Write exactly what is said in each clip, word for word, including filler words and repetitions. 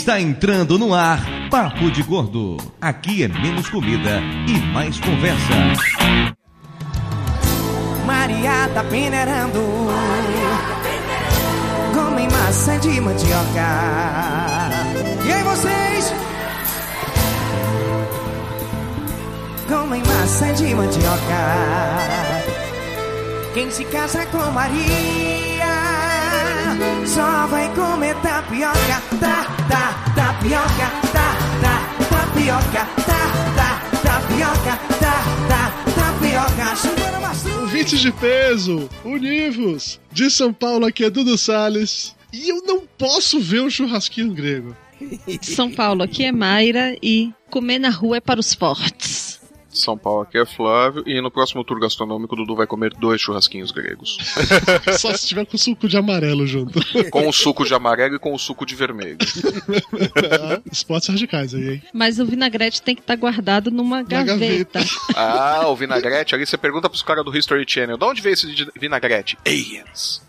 Está entrando no ar Papo de Gordo. Aqui é menos comida e mais conversa. Maria tá peneirando, comem maçã de mandioca. E aí vocês? Comem maçã de mandioca. Quem se casa com Maria só vai comer tapioca. Tá, tá, tapioca, tá, tá, tapioca, tá, tá, tapioca, tá, tá, tapioca. Ouvintes de peso, univos! De São Paulo, aqui é Dudu Salles. E eu não posso ver um churrasquinho grego. São Paulo, aqui é Mayra e comer na rua é para os fortes. São Paulo, aqui é Flávio. E no próximo tour gastronômico, o Dudu vai comer dois churrasquinhos gregos. Só se tiver com suco de amarelo junto. Com o suco de amarelo e com o suco de vermelho. Ah, esportes radicais aí, hein? Mas o vinagrete tem que estar guardado numa gaveta. gaveta. Ah, o vinagrete. Ali você pergunta pros caras do History Channel: de onde veio esse vinagrete? Aliens.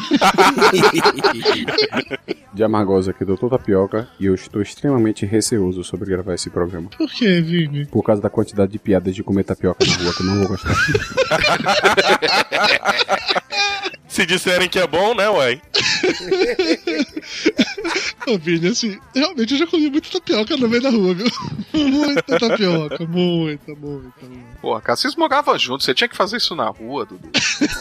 De Amargosa aqui, doutor Tapioca, e eu estou extremamente receoso sobre gravar esse programa. Por que, Vini? Por causa da quantidade de piadas de comer tapioca na rua, que eu não vou gostar. Se disserem que é bom, né, uai? Ô, Vini, assim, realmente eu já comi muita tapioca no meio da rua, viu? Muita tapioca, muita, muita, muita. Porra, cara, vocês moravam juntos, você tinha que fazer isso na rua, Dudu.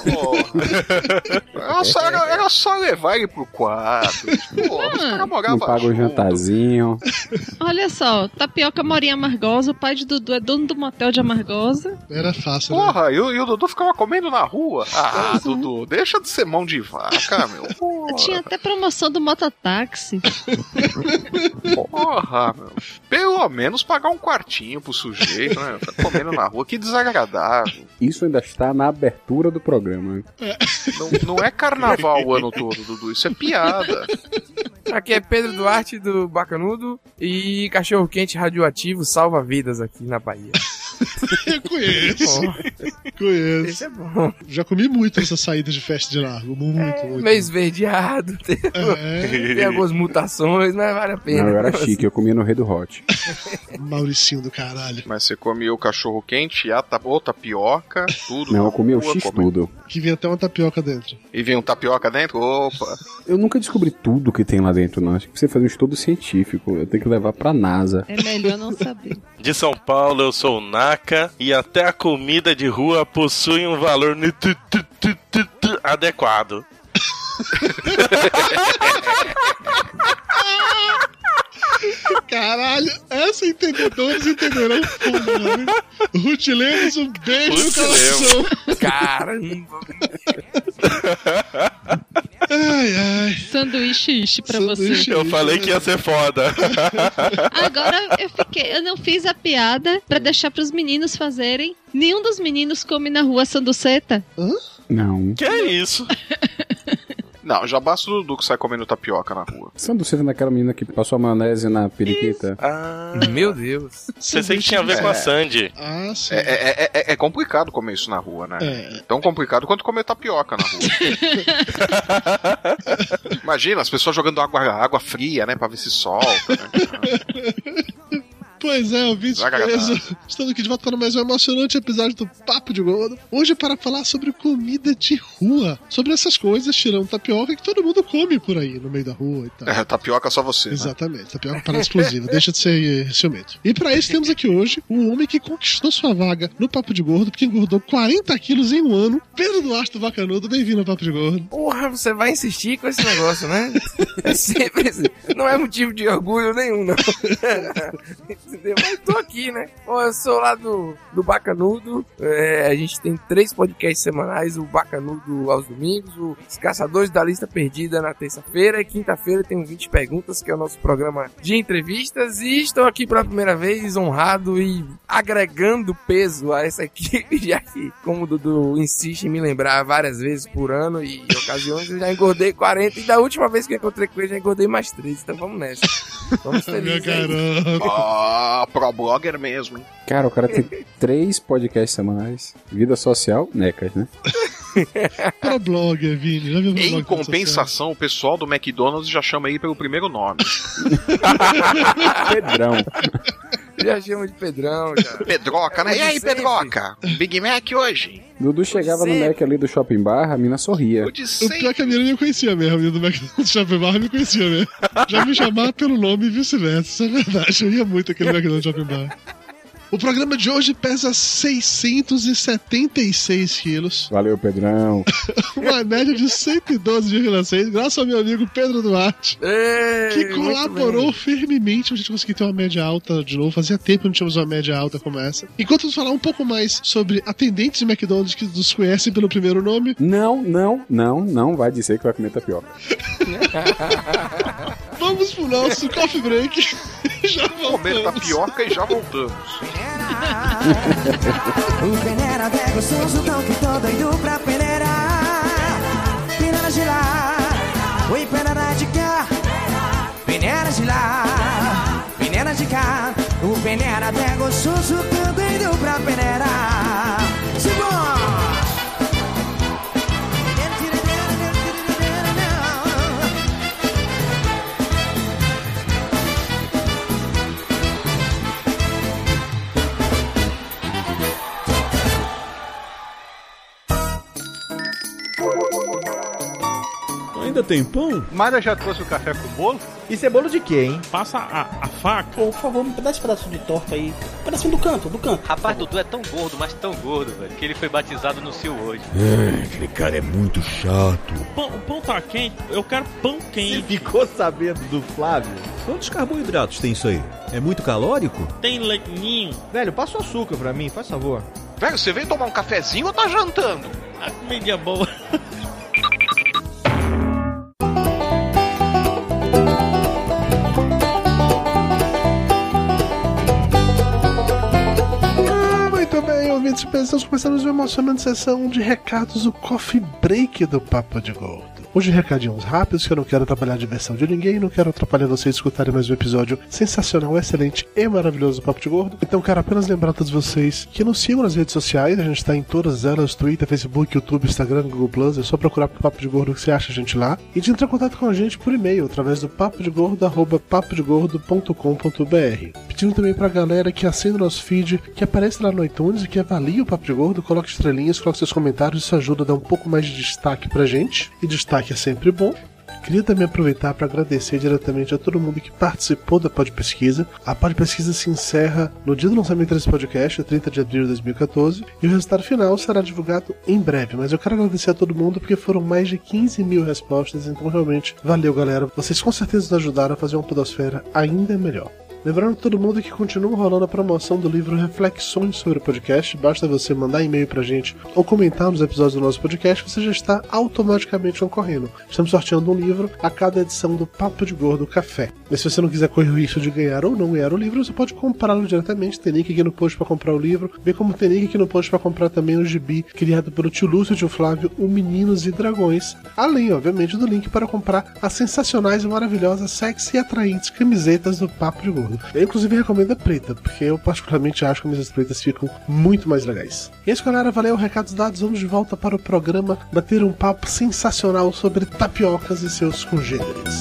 Era só, era, era só levar ele pro quarto. Porra, os caras moravam Não paga o junto. jantarzinho. Olha só, Tapioca mora em Amargosa, o pai de Dudu é dono do motel de Amargosa. Era fácil, né? Porra, e o, e o Dudu ficava comendo na rua. Ah, Dudu, deixa de ser mão de vaca, meu. Porra. Tinha até promoção do mototáxi. Porra, meu. Pelo menos pagar um quartinho pro sujeito, né? Tá comendo na rua, que desagradável. Isso ainda está na abertura do programa. Não, não é carnaval o ano todo, Dudu, isso é piada. Aqui é Pedro Duarte do Bacanudo e cachorro quente radioativo salva vidas aqui na Bahia. Eu conheço. Oh, conheço. esse é bom. Já comi muito essa saída de festa de largo. Muito, É, muito. meio esverdeado, tem, É. tem algumas mutações, mas vale a pena. Não, eu era chique, eu comia no Rei do Hot. Mauricinho do caralho. Mas você comia o cachorro quente, a ta- ou tapioca, tudo. Não, na eu comia o rua, X come- tudo. Que vinha até uma tapioca dentro. E vem um tapioca dentro? Opa! Eu nunca descobri tudo que tem lá dentro, não. Acho que precisa fazer um estudo científico. Eu tenho que levar pra NASA. É melhor não saber. De São Paulo, eu sou o Naka e até a comida de rua possui um valor nu- tu- tu- tu- tu- tu- adequado. Caralho, essa entendedores entenderão fundo, né? Ruth Lemos, um beijo no Ruth coração. Caramba. Ai, ai. Sanduíche ishi pra Sanduíche você. Eu falei que ia ser foda. Agora eu fiquei, eu não fiz a piada pra deixar pros meninos fazerem. Nenhum dos meninos come na rua sanduceta. Não. Que é isso? Não, já basta o Dudu que sai comendo tapioca na rua. Sanduíche daquela menina que passou a maionese na periquita. Ah, Meu Deus. pensei que tinha a ver com a Sandy. Ah, sim. É, é, é, é complicado comer isso na rua, né? É. Tão complicado quanto comer tapioca na rua. Imagina, as pessoas jogando água, água fria, né? Pra ver se solta, né? Pois é, ouvinte Vai, peso. cagada. Estamos aqui de volta para mais um emocionante episódio do Papo de Gordo. Hoje para falar sobre comida de rua. Sobre essas coisas, tirando tapioca, que todo mundo come por aí, no meio da rua e tal. É, tapioca só você, né? Exatamente, tapioca parada explosiva, deixa de ser eh, ciumento. E pra isso temos aqui hoje um homem que conquistou sua vaga no Papo de Gordo, porque engordou quarenta quilos em um ano. Pedro Duarte do Bacanudo, bem-vindo ao Papo de Gordo. Porra, você vai insistir com esse negócio, né? É sempre assim. Não é motivo de orgulho nenhum, não. Entendeu? Mas tô aqui, né? Bom, eu sou lá do, do Bacanudo. É, a gente tem três podcasts semanais: o Bacanudo aos domingos, os Caçadores da Lista Perdida na terça-feira, e quinta-feira tem o vinte Perguntas, que é o nosso programa de entrevistas. E estou aqui pela primeira vez, honrado e agregando peso a essa equipe, já que, como o Dudu insiste em me lembrar várias vezes por ano e em ocasiões, eu já engordei quarenta, e da última vez que eu encontrei com ele, já engordei mais três. Então vamos nessa. Vamos Meu felizes aí. garoto. Ah, pro blogger mesmo, hein? Cara, o cara tem três podcasts semanais. Vida social, necas, né? Pro blogger, Vini. Já viu pro Em blog compensação, o pessoal do McDonald's já chama ele pelo primeiro nome. Pedrão. Já chama de Pedrão, já. Pedroca, né? E aí, Sempre. Pedroca? Big Mac hoje? Dudu chegava no Mac ali do Shopping Bar, a mina sorria. O de O sempre. pior é que a menina me conhecia mesmo, a menina do McDonald's Shopping Bar me conhecia mesmo. Já me chamava pelo nome e vice-versa, isso é verdade. Eu ia muito aquele McDonald's Shopping Bar. O programa de hoje pesa seiscentos e setenta e seis quilos, Valeu, Pedrão. uma média de cento e doze vírgula seis, graças ao meu amigo Pedro Duarte, Ei, que muito colaborou bem. firmemente pra gente conseguir ter uma média alta de novo. Fazia tempo que não tínhamos uma média alta como essa. Enquanto vamos falar um pouco mais sobre atendentes de McDonald's que nos conhecem pelo primeiro nome, Não, não, não, não vai dizer que vai comer tapioca. vamos pro nosso coffee break. Já Comer voltamos. tapioca e já voltamos. O peneira é gostoso, tão que tô doido pra peneirar. Peneira de lá, oi, peneira de cá. Peneira de lá, peneira de cá. O peneira é gostoso, tão doido pra peneirar. Segura! Ainda tem pão? Mara já trouxe o café com o bolo? Isso é bolo de quê, hein? Passa a, a faca. Pô, por favor, me dá esse pedaço de torta aí. Um pedacinho do canto, do canto. Rapaz, Dudu é tão gordo, mas tão gordo, velho, que ele foi batizado no Sil hoje. É, aquele cara é muito chato. Pão, o pão tá quente, eu quero pão quente. Ficou sabendo do Flávio? Quantos carboidratos tem isso aí? É muito calórico? Tem leitinho. Velho, passa o açúcar pra mim, faz favor. Velho, você veio tomar um cafezinho ou tá jantando? A comida é boa. Muito bem, ouvintes, estamos começando uma emocionante sessão de recados do Coffee Break do Papo de Gordo. Hoje recadinhos rápidos, que eu não quero atrapalhar a diversão de ninguém, não quero atrapalhar vocês escutarem mais um episódio sensacional, excelente e maravilhoso do Papo de Gordo. Então quero apenas lembrar a todos vocês que nos sigam nas redes sociais, a gente está em todas elas, Twitter, Facebook, YouTube, Instagram, Google Plus, é só procurar pro Papo de Gordo que você acha a gente lá. E de entrar em contato com a gente por e-mail, através do papodegordo, arroba papodegordo ponto com ponto br. Pedindo também pra galera que assina o nosso feed, que aparece lá no iTunes e que avalie o Papo de Gordo, coloque estrelinhas, coloque seus comentários, isso ajuda a dar um pouco mais de destaque pra gente, e destaque é sempre bom. Queria também aproveitar para agradecer diretamente a todo mundo que participou da Pod Pesquisa. A Pod Pesquisa se encerra no dia do lançamento desse podcast, trinta de abril de dois mil e catorze, e o resultado final será divulgado em breve. Mas eu quero agradecer a todo mundo porque foram mais de quinze mil respostas, então realmente valeu, galera. Vocês com certeza nos ajudaram a fazer uma podosfera ainda melhor. Lembrando a todo mundo que continua rolando a promoção do livro Reflexões sobre o Podcast. Basta você mandar e-mail pra gente ou comentar nos episódios do nosso podcast, você já está automaticamente concorrendo. Estamos sorteando um livro a cada edição do Papo de Gordo Café. Mas se você não quiser correr o risco de ganhar ou não ganhar o livro, você pode comprá-lo diretamente. Tem link aqui no post para comprar o livro, bem como tem link aqui no post para comprar também o gibi criado pelo tio Lúcio e o tio Flávio, o Meninos e Dragões. Além, obviamente, do link para comprar as sensacionais e maravilhosas, sexy e atraentes camisetas do Papo de Gordo. Eu, inclusive, recomendo a preta, porque eu particularmente acho que camisas pretas ficam muito mais legais. E é isso, galera. Valeu, recados dados. Vamos de volta para o programa bater um papo sensacional sobre tapiocas e seus congêneres.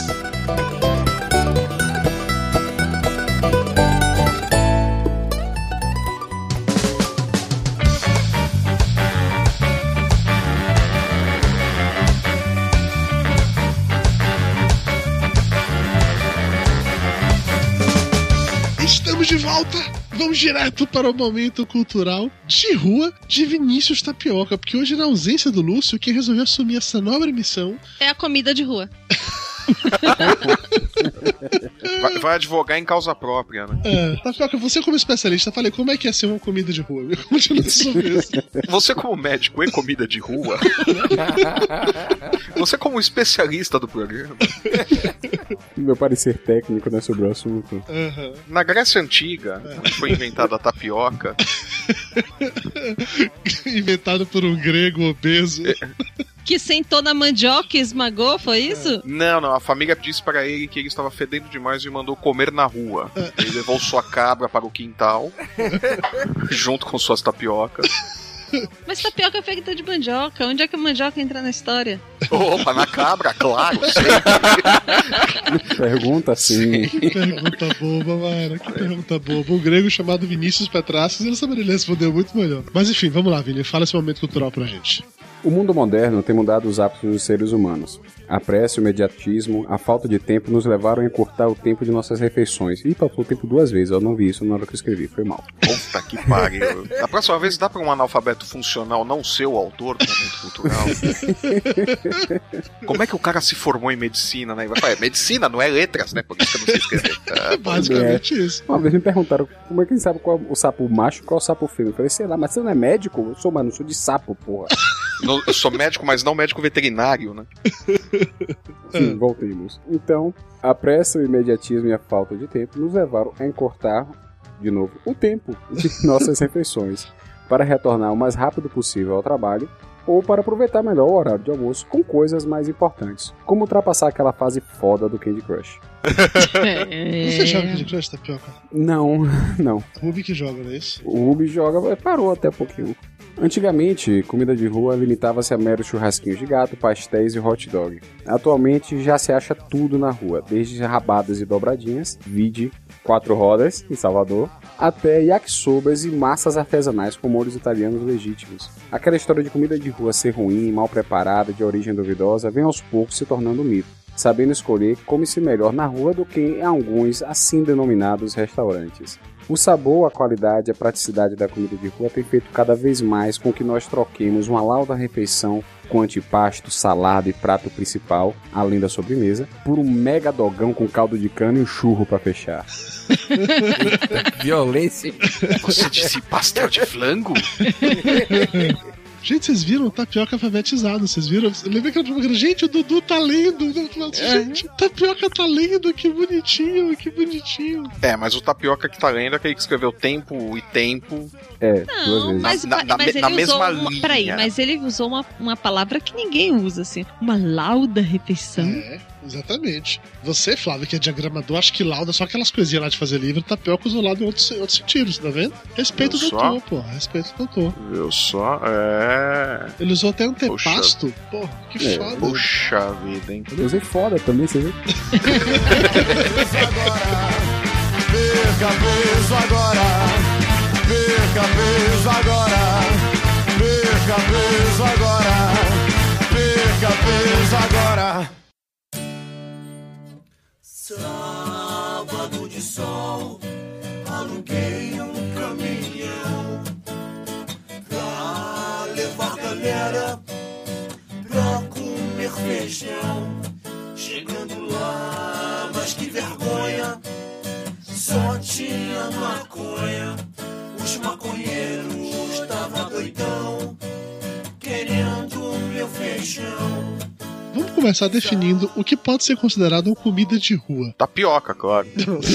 Estamos de volta! Vamos direto para o momento cultural de rua de Vinícius Tapioca, porque hoje, na ausência do Lúcio, quem resolveu assumir essa nobre missão é a comida de rua. Vai, vai advogar em causa própria, né? É, Tapioca, você como especialista, falei, como é que é ser uma comida de rua? Me continua sobre isso. Você como médico e comida de rua? Você como especialista do programa? Meu parecer técnico, né, sobre o assunto. Uhum. Na Grécia Antiga, onde foi inventada a tapioca. Inventado por um grego obeso. É. Que sentou na mandioca e esmagou, foi isso? Não, não, a família disse para ele que ele estava fedendo demais e mandou comer na rua. Ele levou sua cabra para o quintal, junto com suas tapiocas. Mas tapioca é feita de mandioca. Onde é que a mandioca entra na história? Opa, na cabra, claro, sempre. Pergunta sim. Que pergunta boba, mano. Que pergunta boba. Um grego chamado Vinícius Petrassos, ele saberia responder muito melhor. Mas enfim, vamos lá, Vini. Fala esse momento cultural pra gente. O mundo moderno tem mudado os hábitos dos seres humanos. A pressa, o imediatismo, a falta de tempo nos levaram a encurtar o tempo de nossas refeições. E passou o tempo duas vezes, eu não vi isso na hora que eu escrevi, foi mal. Puta que pariu. Da próxima vez dá pra um analfabeto funcional não ser o autor do momento cultural? Como é que o cara se formou em medicina, né? Vai falar, é medicina, não é letras, né? Por isso que eu não sei escrever. É basicamente é. isso. Uma vez me perguntaram como é que ele sabe qual é o sapo macho e qual é o sapo fêmea. Eu falei, sei lá, mas você não é médico? Eu sou, mano, eu sou de sapo, porra. Eu sou médico, mas não médico veterinário, né? Sim, voltemos. Então, a pressa, o imediatismo e a falta de tempo nos levaram a encurtar, de novo, o tempo de nossas refeições para retornar o mais rápido possível ao trabalho ou para aproveitar melhor o horário de almoço com coisas mais importantes, como ultrapassar aquela fase foda do Candy Crush. Você joga Candy Crush, Tapioca? Não, não. Ruby que joga, não é isso? O Ruby joga, parou até pouquinho. Antigamente, comida de rua limitava-se a meros churrasquinhos de gato, pastéis e hot dog. Atualmente já se acha tudo na rua, desde rabadas e dobradinhas, vide quatro rodas em Salvador, até yakisobas e massas artesanais com molhos italianos legítimos. Aquela história de comida de rua ser ruim, mal preparada, de origem duvidosa, vem aos poucos se tornando um mito, sabendo escolher come-se melhor na rua do que em alguns assim denominados restaurantes. O sabor, a qualidade e a praticidade da comida de rua tem feito cada vez mais com que nós troquemos uma lauda refeição com antipasto, salada e prato principal, além da sobremesa, por um mega dogão com caldo de cana e um churro pra fechar. Violência. Você disse pastel de flango? Gente, vocês viram o Tapioca alfabetizado, vocês viram? Lembra que eu gente, o Dudu tá lendo. Gente, o Tapioca tá lendo, que bonitinho, que bonitinho. É, mas o Tapioca que tá lendo é aquele que escreveu tempo e tempo. É, não, mas, na, na, mas ele na usou mesma uma, linha. Peraí, mas ele usou uma, uma palavra que ninguém usa, assim. Uma lauda refeição. É, exatamente. Você, Flávio, que é diagramador, acho que lauda só aquelas coisinhas lá de fazer livro, Tapioca usou lauda em outros, outros sentidos, tá vendo? Respeito o doutor, pô, respeito o doutor. Eu só, é... Ele usou até antepasto, porra, que É, foda. Puxa vida, hein? Eu usei foda também, você viu? Perca peso agora, perca peso agora, perca peso agora, perca peso agora. Sábado de sol, aluguei um caminhão pra levar galera pra comer feijão. Chegando lá, mas que vergonha, só tinha maconha. Os maconheiros estavam doidão, querendo meu feijão. Vamos começar definindo o que pode ser considerado uma comida de rua. Tapioca, claro.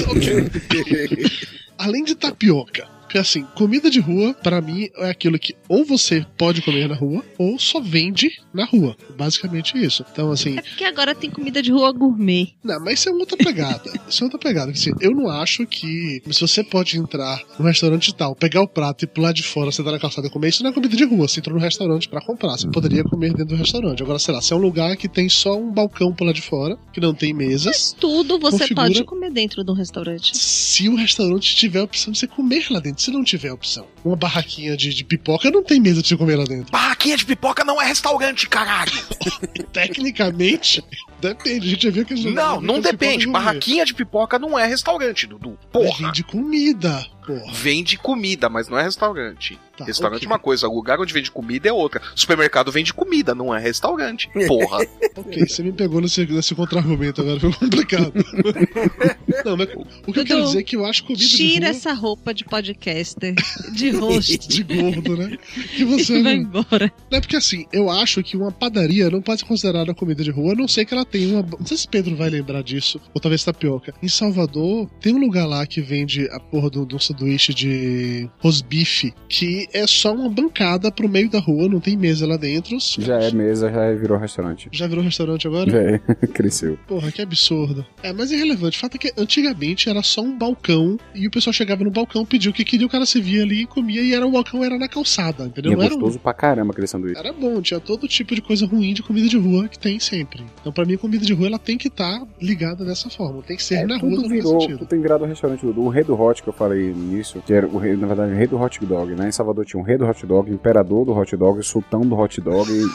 Além de tapioca. Porque assim, comida de rua, pra mim, é aquilo que ou você pode comer na rua, ou só vende na rua. Basicamente isso. Então, assim. É porque agora tem comida de rua gourmet. Não, mas isso é outra pegada. Isso é outra pegada. Assim, eu não acho que se você pode entrar num restaurante e tal, pegar o prato e pular de fora, sentar na calçada e comer, isso não é comida de rua. Você entrou no restaurante pra comprar. Você poderia comer dentro do restaurante. Agora, sei lá, se é um lugar que tem só um balcão por lá de fora, que não tem mesas. Mas tudo você configura... pode comer dentro de um restaurante. Se o restaurante tiver a opção de você comer lá dentro. Se não tiver a opção. Uma barraquinha de, de pipoca não tem mesa de você comer lá dentro. Barraquinha de pipoca não é restaurante, caralho! Tecnicamente, depende. A gente já viu que... Não, não depende. Barraquinha de pipoca não é restaurante, Dudu. Porra. Vende comida, porra. Vende comida, mas não é restaurante. Tá, restaurante okay. é uma coisa, lugar onde vende comida é outra. Supermercado vende comida, não é restaurante. Porra. Ok, você me pegou nesse, nesse contra-argumento agora, foi complicado. Não, mas o que eu quero dizer é que eu acho comida Tira de rua... essa roupa de podcaster, de rosto. De gordo, né? Que você vai não... embora. Não é porque assim, eu acho que uma padaria não pode ser considerada comida de rua, a não sei que ela tenha uma... Não sei se Pedro vai lembrar disso, ou talvez tapioca. Em Salvador, tem um lugar lá que vende a porra de um sanduíche de rosbife, que é só uma bancada pro meio da rua, não tem mesa lá dentro. Já é mesa, já virou restaurante. Já virou restaurante agora? Já é, cresceu. Porra, que absurdo. É, mas é irrelevante. O fato é que antigamente era só um balcão e o pessoal chegava no balcão, pedia o que queria, o cara se via ali e comia e era o balcão era na calçada, entendeu? E é Não era gostoso um... pra caramba aquele sanduíche. Era bom, tinha todo tipo de coisa ruim de comida de rua que tem sempre. Então pra mim a comida de rua ela tem que estar ligada dessa forma, tem que ser É, na tudo rua, virou, não faz sentido. tudo tem virado um restaurante do, do rei do hot que eu falei nisso, que era o rei, na verdade, o rei do hot dog, né? Em Salvador tinha um rei do hot dog, imperador do hot dog, sultão do hot dog e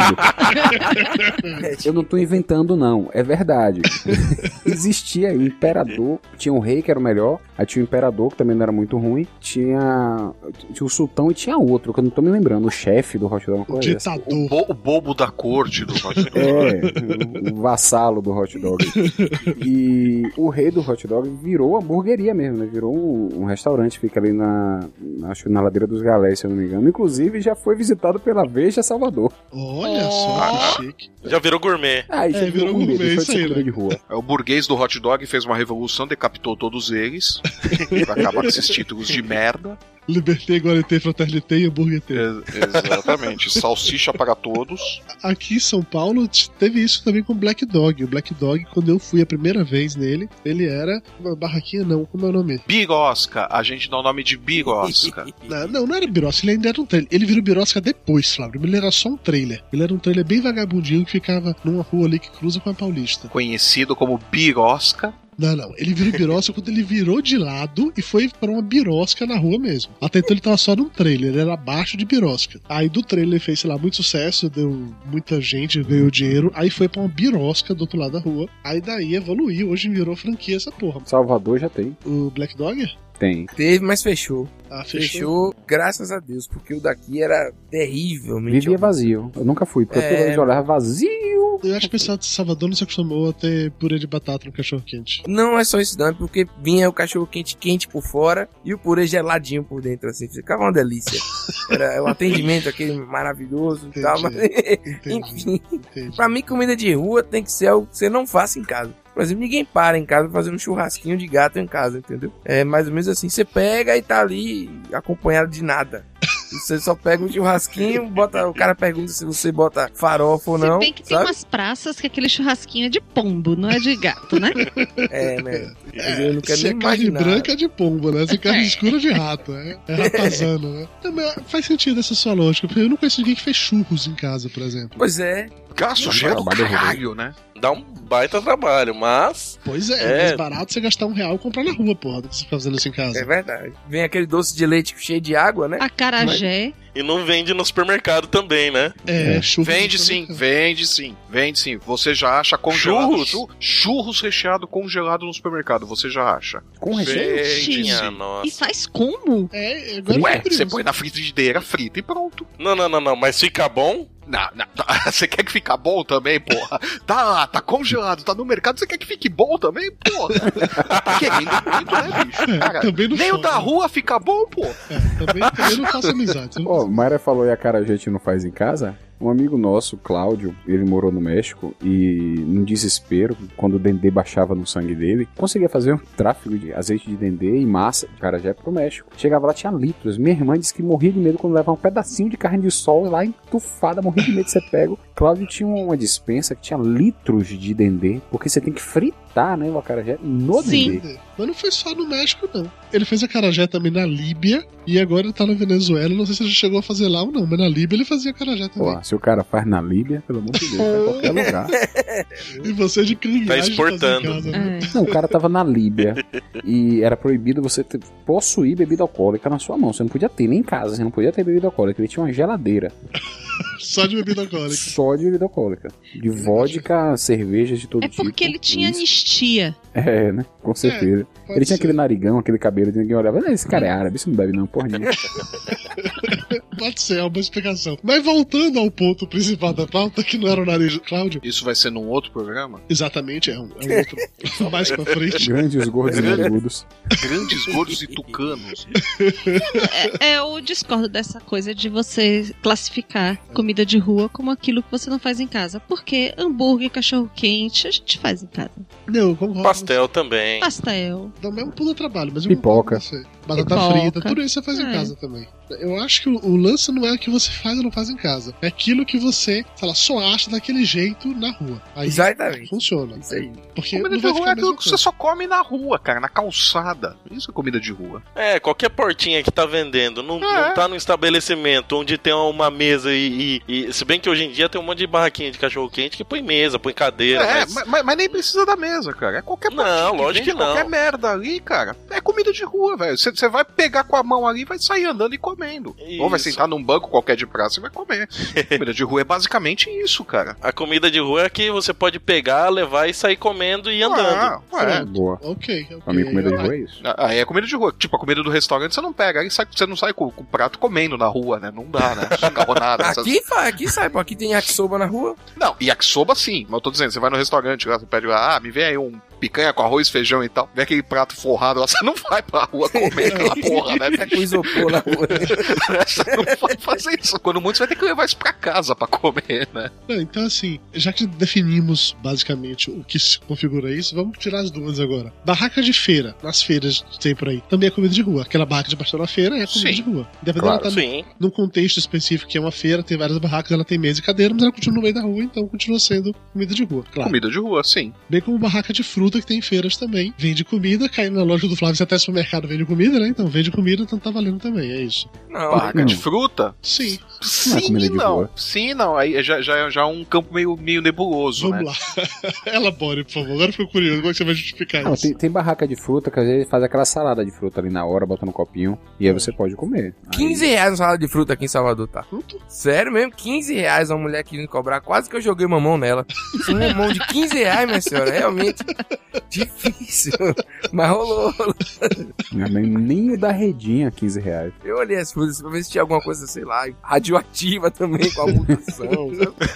tudo. Eu não tô inventando não, é verdade. Existia o imperador, tinha um rei que era o melhor, aí tinha o imperador que também não era muito ruim, tinha, tinha o sultão e tinha outro, que eu não tô me lembrando, o chefe do hot dog. Uma coisa dessa. O, bo- o bobo da corte do hot dog. É, o vassalo do hot dog. E o rei do hot dog virou hamburgueria mesmo, né? Virou um, um restaurante, fica ali na, acho que na Ladeira dos Galés, se eu não me engano. Inclusive já foi visitado pela Veja Salvador. Olha só, que chique. Já virou gourmet. Ah, já É, virou gourmet, deixou de isso ser aí, comida né? de rua. É, o burguês do hot dog fez uma revolução, decapitou todos eles pra acabar com esses títulos de merda. Liberté, igualité, fraternité e hambúrguer. Ex- exatamente. Salsicha para todos. Aqui em São Paulo t- teve isso também com o Black Dog. O Black Dog, quando eu fui a primeira vez nele, ele era uma barraquinha, não, como é o nome? Birosca. A gente dá o nome de birosca. Não, não, não era birosca, ele ainda era um trailer. Ele virou birosca depois, Flávio. Ele era só um trailer. Ele era um trailer bem vagabundinho que ficava numa rua ali que cruza com a Paulista. Conhecido como birosca. Não, não. Ele virou birosca quando ele virou de lado e foi pra uma birosca na rua mesmo. Até então ele tava só num trailer, ele era abaixo de birosca. Aí do trailer ele fez, sei lá, muito sucesso, deu muita gente, ganhou dinheiro. Aí foi pra uma birosca do outro lado da rua. Aí daí evoluiu, hoje virou franquia essa porra. Salvador já tem. O Black Dog? Tem. Teve, mas fechou. Ah, fechou? Fechou, graças a Deus, porque o daqui era terrivelmente... Vivia vazio. Eu nunca fui, porque É. toda vez eu olhava vazio. Eu acho que o pessoal de Salvador não se acostumou a ter purê de batata no cachorro quente. Não é só isso não, é porque vinha o cachorro quente quente por fora e o purê geladinho por dentro, assim, ficava uma delícia. Era o atendimento aquele maravilhoso e tal, mas... Enfim, pra mim comida de rua tem que ser algo que você não faça em casa. Por exemplo, ninguém para em casa fazendo um churrasquinho de gato em casa, entendeu? É mais ou menos assim, você pega e tá ali acompanhado de nada. Você só pega um churrasquinho, bota, o cara pergunta se você bota farofa ou não. Se bem que tem sabe? umas praças que aquele churrasquinho é de pombo, não é de gato, né? É, né? É, eu não quero se nem é carne imaginar. branca é de pombo, né? Se é carne escura é de rato, é, é ratazano, né? Também faz sentido essa sua lógica, porque eu não conheço ninguém que fez churros em casa, por exemplo. Pois é. Gasto cheio do caralho, né? Dá um baita trabalho, mas... Pois é, é É. mais barato você gastar um real e comprar na rua, porra, do que você ficar fazendo isso em casa. É verdade. Vem aquele doce de leite cheio de água, né? Acarajé. E não vende no supermercado também, né? É, churros. Vende sim, vende sim, vende sim. Você já acha congelado. Churros? Chu- Churros recheado congelado no supermercado, você já acha. Com recheio? Vende Minha sim. nossa. E faz como? É, agora Ué, eu fiquei você curioso. põe na frigideira, frita e pronto. Não, não, não, não, mas fica bom? Não, não, você quer que fique bom também, porra? Tá lá, tá congelado, tá no mercado, você quer que fique bom também, porra? Tá querendo muito, né, bicho? É, Cara, também não nem o fode, da né? rua fica bom, pô. É, também, também não faço amizade. Ó, oh, Mayra falou e a cara a gente não faz em casa. Um amigo nosso, Cláudio, ele morou no México e, num desespero, quando o dendê baixava no sangue dele, conseguia fazer um tráfego de azeite de dendê e massa de acarajé pro México. Chegava lá, tinha litros. Minha irmã disse que morria de medo quando levava um pedacinho de carne de sol lá entufada, morria de medo de ser pego. Cláudio tinha uma dispensa que tinha litros de dendê, porque você tem que fritar, né, o acarajé no Sim. dendê. Mas não foi só no México, não. Ele fez acarajé também na Líbia e agora ele tá na Venezuela. Não sei se ele chegou a fazer lá ou não, mas na Líbia ele fazia acarajé também. Pô, se o cara faz na Líbia, pelo amor de Deus, vai em qualquer lugar. E você de criança. Tá exportando. Né? Não, o cara tava na Líbia e era proibido você ter, possuir bebida alcoólica na sua mão. Você não podia ter, nem em casa, você não podia ter bebida alcoólica. Ele tinha uma geladeira. Só de bebida alcoólica. Só de bebida alcoólica. De vodka, cervejas de todo É tipo. porque ele tinha Isso. anistia. É, né? Com certeza. É, pode ele tinha ser. aquele narigão, aquele cabelo, e ninguém olhava. "Ah, esse cara é árabe, isso não bebe não, porra nenhuma." Pode ser, é uma explicação. Mas voltando ao ponto principal da pauta, que não era o nariz do Cláudio. Isso vai ser num outro programa? Exatamente, é um, é um outro. Mais pra frente. Grandes gordos e narigudos. Grandes gordos e tucanos. É, é, eu discordo dessa coisa de você classificar comida de rua como aquilo que você não faz em casa. Porque hambúrguer, cachorro-quente, a gente faz em casa. Não, eu concordo. Pastel também. Pastel. Também é um pulo trabalho, mas eu Pipoca. concordo com você. batata Pipoca. frita, tudo isso você faz É. em casa também. Eu acho que o, o lance não é o que você faz ou não faz em casa. É aquilo que você, sei lá, só acha daquele jeito na rua. Aí Exatamente. funciona. Isso aí. Porque Comida não de vai rua ficar é a mesma aquilo que você coisa. só come na rua, cara, na calçada. Isso é comida de rua. É, qualquer portinha que tá vendendo, não, É. não tá no estabelecimento onde tem uma mesa e, e, e- se bem que hoje em dia tem um monte de barraquinha de cachorro-quente que põe mesa, põe cadeira, É, mas... mas... Mas, mas nem precisa da mesa, cara. É qualquer Não, portinho lógico vende que não. Qualquer merda ali, cara. É comida de rua, velho. Você você vai pegar com a mão ali e vai sair andando e comendo. Isso. Ou vai sentar num banco qualquer de praça e vai comer. Comida de rua é basicamente isso, cara. A comida de rua é que você pode pegar, levar e sair comendo e andando. Ah, ué. Boa. Ok, ok. Pra mim, comida de Aí- rua é isso. Aí é comida de rua. Tipo, a comida do restaurante você não pega. Aí sai- você não sai com, com o prato comendo na rua, né? Não dá, né? Macarronada. essas- Aqui, fa- aqui sai, pô. Aqui tem yakisoba na rua. Não, yakisoba sim. Mas eu tô dizendo, você vai no restaurante, lá, você pede, ah, me vem aí um picanha com arroz, feijão e tal. Vem aquele prato forrado lá, você não vai pra rua comer aquela porra, né? Com isopor na rua. Você não vai fazer isso. Quando muito, você vai ter que levar isso pra casa pra comer, né? Não, então assim, já que definimos basicamente o que se configura isso, vamos tirar as duas agora. Barraca de feira, nas feiras que tem por aí, também é comida de rua. Aquela barraca de pastel na feira é comida Sim. de rua. Dependendo Claro, ela tá sim. num contexto específico que é uma feira, tem várias barracas, ela tem mesa e cadeira, mas ela continua no meio da rua, então continua sendo comida de rua. Claro. Comida de rua, sim. Bem como barraca de fruta que tem em feiras também. Vende comida, cai na loja do Flávio, se até supermercado vende comida, né? Então vende comida, então tá valendo também, é isso. Não, Barraca não. de fruta? Sim. Não é Sim comida e de não. rua. Sim e não. Aí já, já, já é um campo meio, meio nebuloso, Vamos né? lá. Elabore, por favor. Agora eu fico curioso, como é que você vai justificar Não, isso? tem, tem barraca de fruta que às vezes faz aquela salada de fruta ali na hora, bota no copinho e aí você pode comer. Aí- quinze reais uma salada de fruta aqui em Salvador, tá? Sério mesmo? quinze reais uma mulher querendo cobrar. Quase que eu joguei uma mão nela. Um mamão de quinze reais, minha senhora. Realmente difícil. Mas rolou. Não é nem, nem o da redinha, quinze reais. Eu olhei as frutas pra ver se tinha alguma coisa, sei lá, radioativa também com a mutação.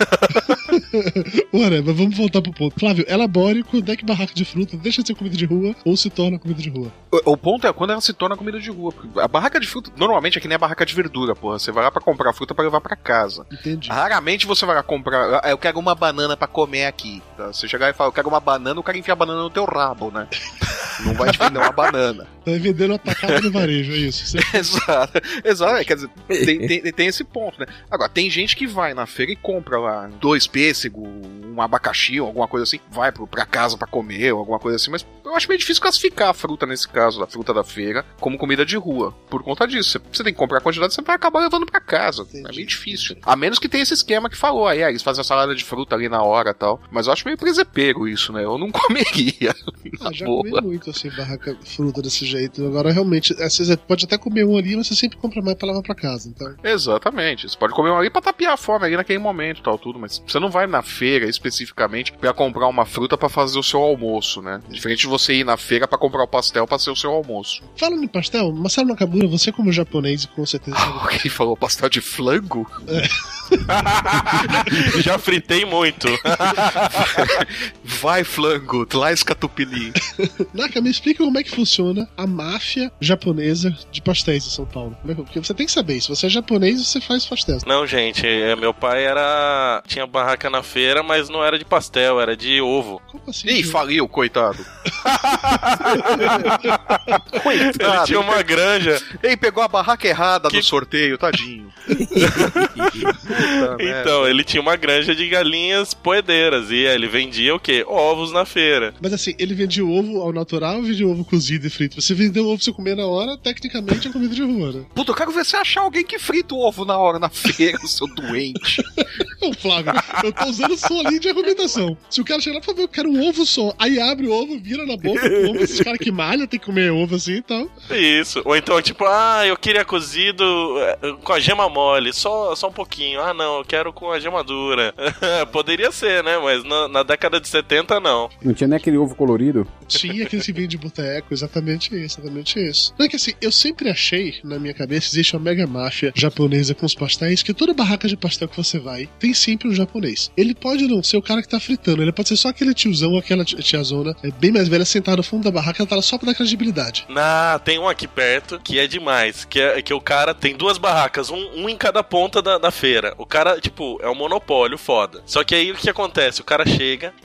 sabe? Ora, mas vamos voltar pro ponto. Flávio, elabore quando é que barraca de fruta deixa de ser comida de rua ou se torna comida de rua. O, o ponto é quando ela se torna comida de rua. Porque a barraca de fruta, normalmente é que nem a barraca de verdura, porra. Você vai lá pra comprar fruta pra levar pra casa. Entendi. Raramente você vai lá comprar. "Ah, eu quero uma banana pra comer aqui. Tá? Você chegar e falar, eu quero uma banana, o cara enfia a banana no teu rabo, né? Não vai te vender uma banana. Tá vendendo atacado no varejo, é isso. Você... Exato, exato. é, Quer dizer, tem, tem, tem esse ponto, né? Agora, tem gente que vai na feira e compra lá dois pêssegos, um abacaxi ou alguma coisa assim, vai pro, pra casa pra comer ou alguma coisa assim, mas eu acho meio difícil classificar a fruta nesse caso, a fruta da feira, como comida de rua. Por conta disso, você, você tem que comprar a quantidade, você vai acabar levando pra casa. Entendi. É meio difícil. A menos que tenha esse esquema que falou, aí é, eles fazem a salada de fruta ali na hora e tal. Mas eu acho meio presepeiro isso, né? Eu não comeria. Ah, já boa. comi muito assim, barraca fruta desse jeito. Agora, realmente, é, você pode até comer um ali, mas você sempre compra mais pra levar pra casa. Então, Exatamente. Você pode comer uma ali pra tapear a fome ali naquele momento e tal, tudo, mas você não vai na feira especificamente pra comprar uma fruta pra fazer o seu almoço, né? Diferente de você ir na feira pra comprar o pastel pra ser o seu almoço. falando em pastel, Marcelo Nakabura, você como japonês, com certeza sabe. Alguém falou pastel de flango? Já fritei muito. Vai, flango, traz catupiry. Naka, me explica como é que funciona a máfia japonesa de pastéis em São Paulo. Como é que- Porque você tem que saber, se você é japonês, você faz pastéis. Não, gente, é, meu pai era. Tinha barraca na feira, mas não era de pastel, era de ovo. Como assim? Ih, faliu, coitado. Coitado. Ele tinha uma granja. Ei, pegou a barraca errada do sorteio, tadinho. Puta merda. Então, ele tinha uma granja de galinhas poedeiras. E ele vendia o quê? Ovos na feira. Mas assim, ele vendia o ovo ao natural ou vendia o ovo cozido e frito? Você vendeu o ovo pra você comer na hora, tecnicamente é comida de rua, né? Puta, eu quero ver você achar alguém que frita o ovo na hora na feira, seu doente. Ô, Flávio, eu tô usando só a linha de argumentação. Se o cara chegar lá e falar, eu quero um ovo só, aí abre o ovo, vira na boca, o ovo, esses caras que malham tem que comer ovo assim e tal. Isso. Ou então, tipo, ah, eu queria cozido eh, com a gema mole, só, só um pouquinho. Ah, não, eu quero com a gema dura. Poderia ser, né? Mas na, na década de setenta, não. Não tinha nem aquele ovo colorido? Tinha aqueles que vinham de boteco, exatamente isso, exatamente isso. Não é que assim, eu sempre achei, na minha cabeça, existe uma mega máfia japonesa com os pastéis, que toda barraca de pastel que você vai, tem sempre um japonês. Ele pode não ser o cara que tá fritando, ele pode ser só aquele tiozão, aquela tiazona, é, bem mais velha, sentada no fundo da barraca, ela tá lá só pra dar credibilidade. Ah, tem um aqui perto que é demais. Que é que o cara tem duas barracas, um, um em cada ponta da, da feira. O cara, tipo, é um monopólio foda. Só que aí o que acontece? O cara chega e ele,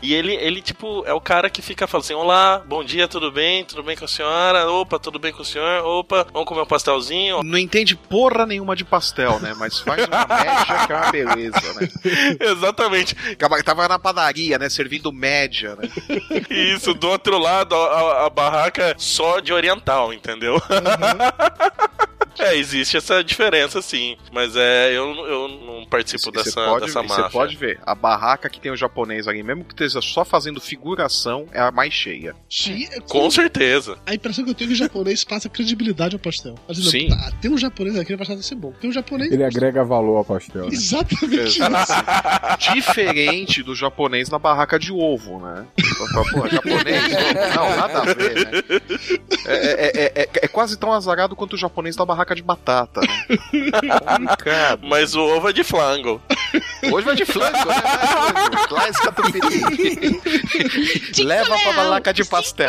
ele, tipo, é o cara que fica falando assim, olá, bom dia, tudo bem? Tudo bem com a senhora? Opa, tudo bem com o senhor? Opa, vamos comer um pastelzinho? Não entende porra nenhuma de pastel, né? Mas faz uma média que é uma beleza, né? Exatamente. Tava na padaria, né? Servindo média, né? Isso, do outro lado, a, a barraca só de oriental, entendeu? Uhum. É, existe essa diferença, sim. Mas é, eu, eu não participo Cê, dessa, cê pode, dessa máfia. Você pode ver, a barraca que tem o japonês ali, mesmo que esteja só fazendo figuração, é a mais cheia. Sim, é com certeza. A impressão que eu tenho é que o japonês passa credibilidade ao pastel. Mas, não, sim. Tá, tem um japonês aqui, o pastel deve ser bom. Tem um japonês... Ele agrega valor ao pastel. Né? Exatamente isso. Diferente do japonês na barraca de ovo, né? Pô, japonês? Não, nada a ver, né? É, é, é, é quase tão azarado quanto o japonês da barraca de batata, né? Complicado. Mas o ovo é de flango. Hoje vai de flango, né? Clássica tupiri. Leva pra barraca de pastel.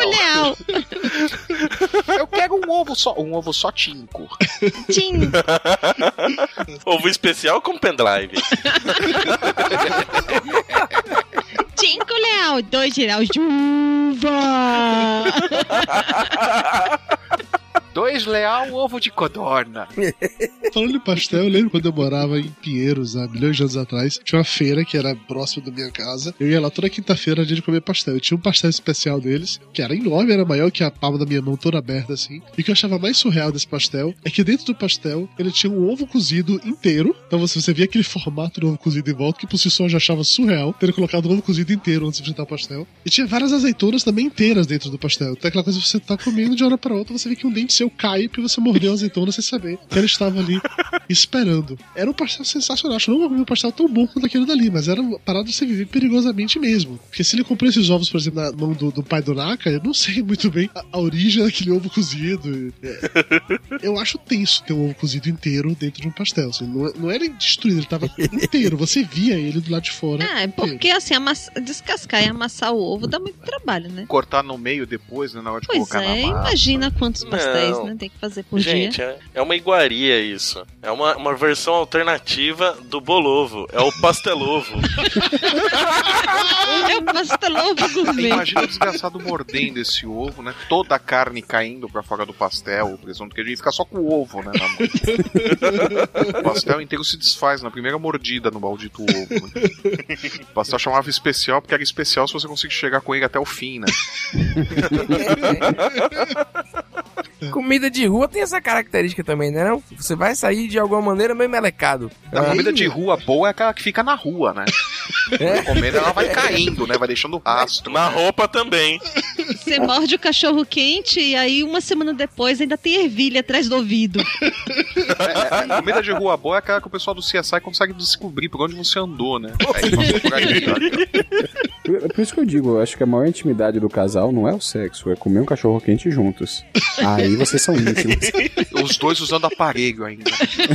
Eu quero um ovo só. Um ovo só tinco. Tinco. Ovo especial com pendrive. Cinco leal, dois reais de uva. Dois leal, ovo de codorna. Falando de pastel, eu lembro quando eu morava em Pinheiros, há milhões de anos atrás, tinha uma feira que era próxima da minha casa. Eu ia lá toda quinta-feira, dia de comer pastel. Eu tinha um pastel especial deles, que era enorme, era maior que a palma da minha mão, toda aberta assim. E o que eu achava mais surreal desse pastel é que dentro do pastel ele tinha um ovo cozido inteiro. Então você, você via aquele formato do ovo cozido em volta, que por si só eu já achava surreal ter colocado o ovo cozido inteiro antes de fritar o pastel. E tinha várias azeitonas também inteiras dentro do pastel. Então é aquela coisa que você tá comendo de hora pra outra, você vê que um dente seu cai porque você mordeu a azeitona sem saber que ela estava ali esperando. Era um pastel sensacional. Acho que não comi um pastel tão bom quanto aquele dali, mas era uma parada de você viver perigosamente mesmo. Porque se ele comprou esses ovos, por exemplo, na mão do, do pai do Naka, eu não sei muito bem a, a origem daquele ovo cozido. Eu acho tenso ter um ovo cozido inteiro dentro de um pastel. Assim, não, não era destruído, ele estava inteiro. Você via ele do lado de fora. Ah, é porque assim, amassa, descascar e amassar o ovo dá muito trabalho, né? Cortar no meio depois, né, na hora de pois colocar é, na massa. Imagina quantos pastéis, não. né, tem que fazer por Gente, dia. é, é uma iguaria isso. É uma, uma versão alternativa do bolovo. É o pastelovo. É o pastelovo gourmet. Imagina o desgraçado mordendo esse ovo, né? Toda a carne caindo pra fora do pastel, o presunto que ele fica só com o ovo, né? Na mão. O pastel inteiro se desfaz na primeira mordida no maldito ovo. Né? O pastel chamava especial porque era especial se você conseguir chegar com ele até o fim, né? Comida de rua tem essa característica também, né? Não? Você vai sair de alguma maneira meio melecado. A comida de rua boa é aquela que fica na rua, né? É. Comendo, ela vai caindo, né? Vai deixando rastro. Na roupa também. Você morde o cachorro quente e aí uma semana depois ainda tem ervilha atrás do ouvido. É, a comida de rua boa é aquela que o pessoal do C S I consegue descobrir por onde você andou, né? Aí passa por ali, por, por isso que eu digo, eu acho que a maior intimidade do casal não é o sexo, é comer um cachorro quente juntos. Aí vocês são íntimos. Os dois usando aparelho ainda.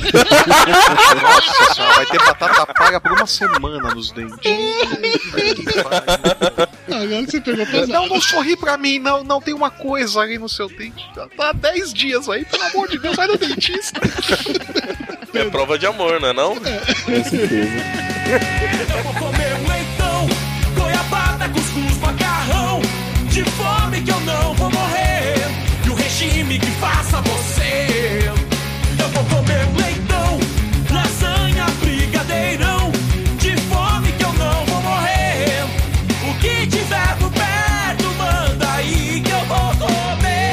Nossa senhora, vai ter batata paga por uma semana nos dentes. Agora que você pegou pesado. Não, não sorri pra mim, não, não tem uma coisa ali no seu dente. Já tá há dez dias aí, pelo amor de Deus, vai no dentista. É prova de amor, não é não? Com certeza. Eu vou comer um leitão, goiabada, cuscuz, macarrão. De fome que eu não vou morrer. E o regime que faça você. Eu vou comer um leitão, lasanha, brigadeirão. De fome que eu não vou morrer. O que tiver por perto, manda aí que eu vou comer.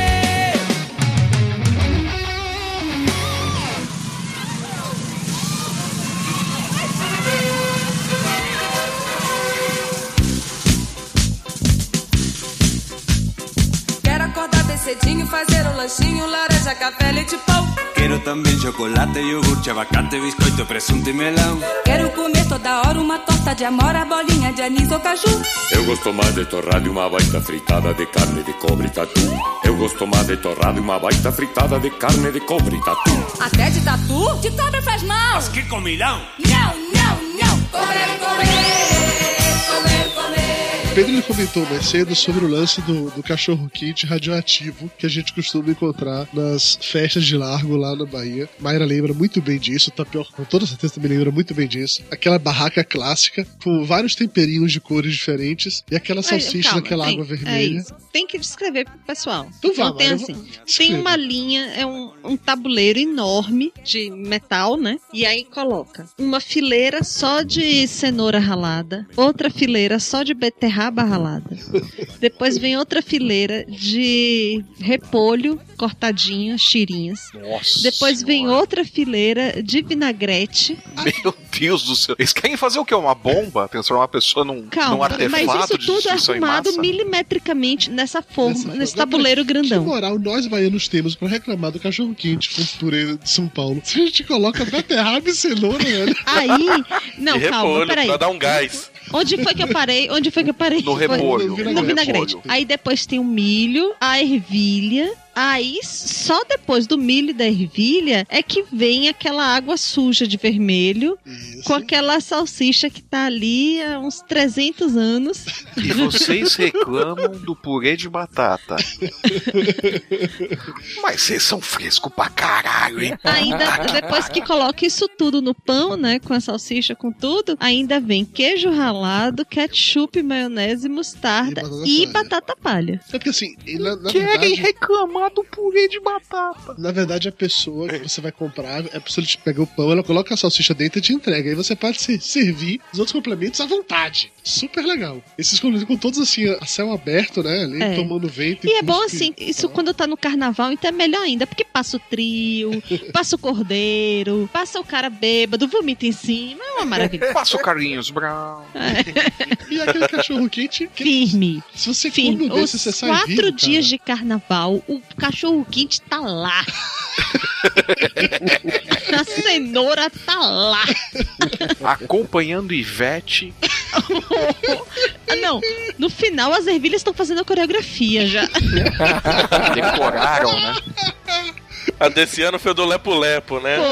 Quero acordar bem cedinho, fazer um lanchinho, laranja, café, leite, pão. Quero também chocolate, iogurte, abacate, biscoito, presunto e melão. Quero comer toda hora uma torta de amora, bolinha de anis ou caju. Eu gosto mais de torrada e uma baita fritada de carne de cobre e tatu. Eu gosto mais de torrada e uma baita fritada de carne de cobre e tatu. Até de tatu? De cobre faz mal. Mas que comilão! Não, não, não. Comer, comer, comer, comer. O Pedro ele comentou mais cedo sobre o lance do, do cachorro-quente radioativo que a gente costuma encontrar nas festas de largo lá na Bahia. Mayra lembra muito bem disso, o Tapioca com toda certeza também lembra muito bem disso. Aquela barraca clássica com vários temperinhos de cores diferentes e aquela salsicha Calma, naquela tem, água é vermelha. isso. Tem que descrever pro pessoal. Então vá, Não tem Mayra, assim. vou- Tem descreva. uma linha, é um, um tabuleiro enorme de metal, né? E aí coloca uma fileira só de cenoura ralada, outra fileira só de beterraba ralada. Depois vem outra fileira de repolho cortadinho, as tirinhas. Nossa Depois vem outra fileira de vinagrete. Meu Deus do céu. Eles querem fazer o quê? Uma bomba? Transformar uma pessoa num, num Calma, artefato mas isso de tudo é destruição em arrumado massa? milimetricamente nessa forma, Nessa nesse forma. tabuleiro grandão. Que moral nós baianos temos pra reclamar do cachorro-quente com purê de São Paulo? Se a gente coloca beterraba e cenoura, velho. Aí, não, E calma, repolho, peraí. pra dar um gás. Onde foi que eu parei? Onde foi que eu parei? No Foi- repolho. No No vinagrete. repolho. Aí depois tem o milho, a ervilha. Aí, só depois do milho e da ervilha é que vem aquela água suja de vermelho com aquela salsicha que tá ali há uns trezentos anos. E vocês reclamam do purê de batata. Mas vocês são frescos pra caralho, hein? Ainda, depois que coloca isso tudo no pão, né, com a salsicha, com tudo, ainda vem queijo ralado, ketchup, maionese, mostarda e batata palha. É porque assim, e na, na Querem verdade, reclamar do purê de batata. na verdade a pessoa que você vai comprar, é pessoa que te pega o pão, ela coloca a salsicha dentro e te entrega. Aí você pode se servir os outros complementos à vontade. Super legal. Esses complementos com todos assim, a céu aberto, né? Ali É. tomando vento. E é bom cuspe. assim, isso quando tá no carnaval, então é melhor ainda, porque passa o trio, passa o cordeiro, passa o cara bêbado, vomita em cima, é uma maravilha. Passa o Carlinhos Brown. E aquele cachorro quente que, Firme. se você Firme. come um Os desse, você sai quatro vivo, dias cara. de carnaval, o cachorro quente tá lá. A cenoura tá lá. Acompanhando Ivete. Ah, não, no final as ervilhas estão fazendo a coreografia já. Decoraram, né? A desse ano foi do Lepo Lepo, né?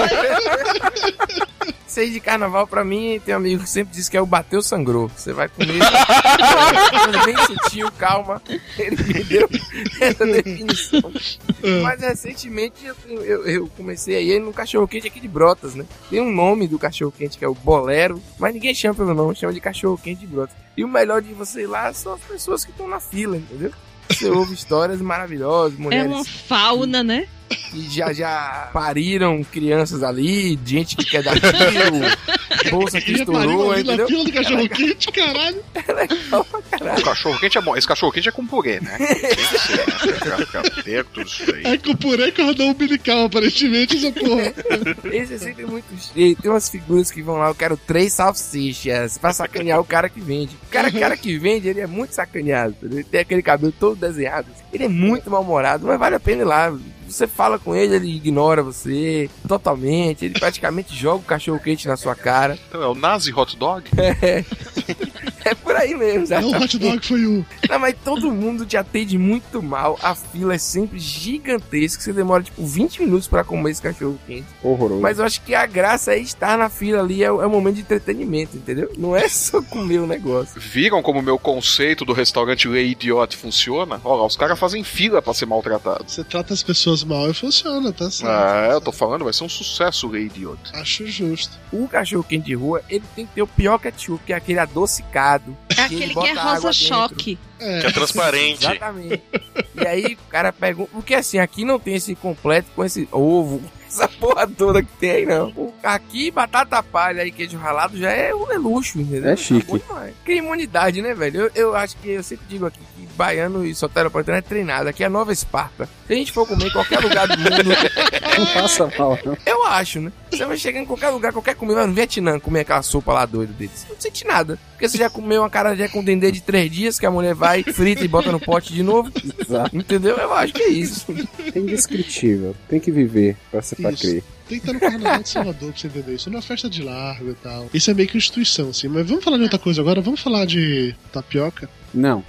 Sei de carnaval, pra mim, tem um amigo que sempre diz que é o bateu sangrou. Você vai comer, é, bem sutil, calma. Ele me deu essa definição. Mas recentemente eu, tenho- eu, eu comecei a ir no cachorro-quente aqui de Brotas, né? Tem um nome do cachorro-quente que é o Bolero, mas ninguém chama pelo nome, chama de cachorro-quente de Brotas. E o melhor de você ir lá são as pessoas que estão na fila, entendeu? Você ouve histórias maravilhosas, É mulheres uma fauna, né? que já, já pariram crianças ali, gente que quer dar tiro, bolsa que Ele pariu estourou, ali na entendeu? fila do cachorro quente, caralho. O cachorro quente é bom. Esse cachorro quente é com purê, né? Tem que ser, né? Pra ficar perto disso aí. É com purê e cordão umbilical, aparentemente, essa porra. Esse é sempre muito cheio. Tem umas figuras que vão lá, eu quero três salsichas, pra sacanear o cara que vende. O cara, o cara que vende, ele é muito sacaneado. Ele tem aquele cabelo todo desenhado. Ele é muito mal-humorado, mas vale a pena ir lá. Você fala com ele, ele ignora você totalmente. Ele praticamente joga o cachorro quente na sua cara. Então é o Nazi Hot Dog? É, é por aí mesmo. É o hot dog foi o... Não, mas todo mundo te atende muito mal. A fila é sempre gigantesca. Você demora tipo vinte minutos pra comer esse cachorro quente. Horroroso. Mas eu acho que a graça é estar na fila ali. É, o- é um momento de entretenimento, entendeu? Não é só comer o negócio. Viram como o meu conceito do restaurante Lei Idiota funciona? Olha lá, os caras fazem fila pra ser maltratados. Você trata as pessoas mal e funciona, tá certo. Ah, eu tô falando, vai ser um sucesso o Lei Idiota. Acho justo. O cachorro quente de rua, ele tem que ter o pior ketchup, que é aquele adocicado. É aquele que é rosa choque. É. Que é transparente. Exatamente. E aí o cara pergunta, porque assim, aqui não tem esse completo com esse ovo, essa porra toda que tem aí, não. O- Aqui, batata palha e queijo ralado já é, é luxo, entendeu? É chique. Tá bom demais. Que imunidade, né, velho? Eu, eu acho que, eu sempre digo aqui, que baiano e soteropolitano é treinado. Aqui é a Nova Esparta. Se a gente for comer em qualquer lugar do mundo, Não passa mal, não. eu acho, né? Você vai chegar em qualquer lugar, qualquer comida, vai no Vietnã comer aquela sopa lá doida deles. Você não sente nada. Porque você já comeu uma acarajé com dendê de três dias, que a mulher vai, frita e bota no pote de novo. Exato. Entendeu? Eu acho que é isso. É indescritível. Tem que viver pra, pra Isso. crer. Tem que estar no Carnaval de Salvador pra você entender isso. Numa festa de largo e tal. Isso é meio que instituição, assim. Mas vamos falar de outra coisa agora? Vamos falar de tapioca? Não.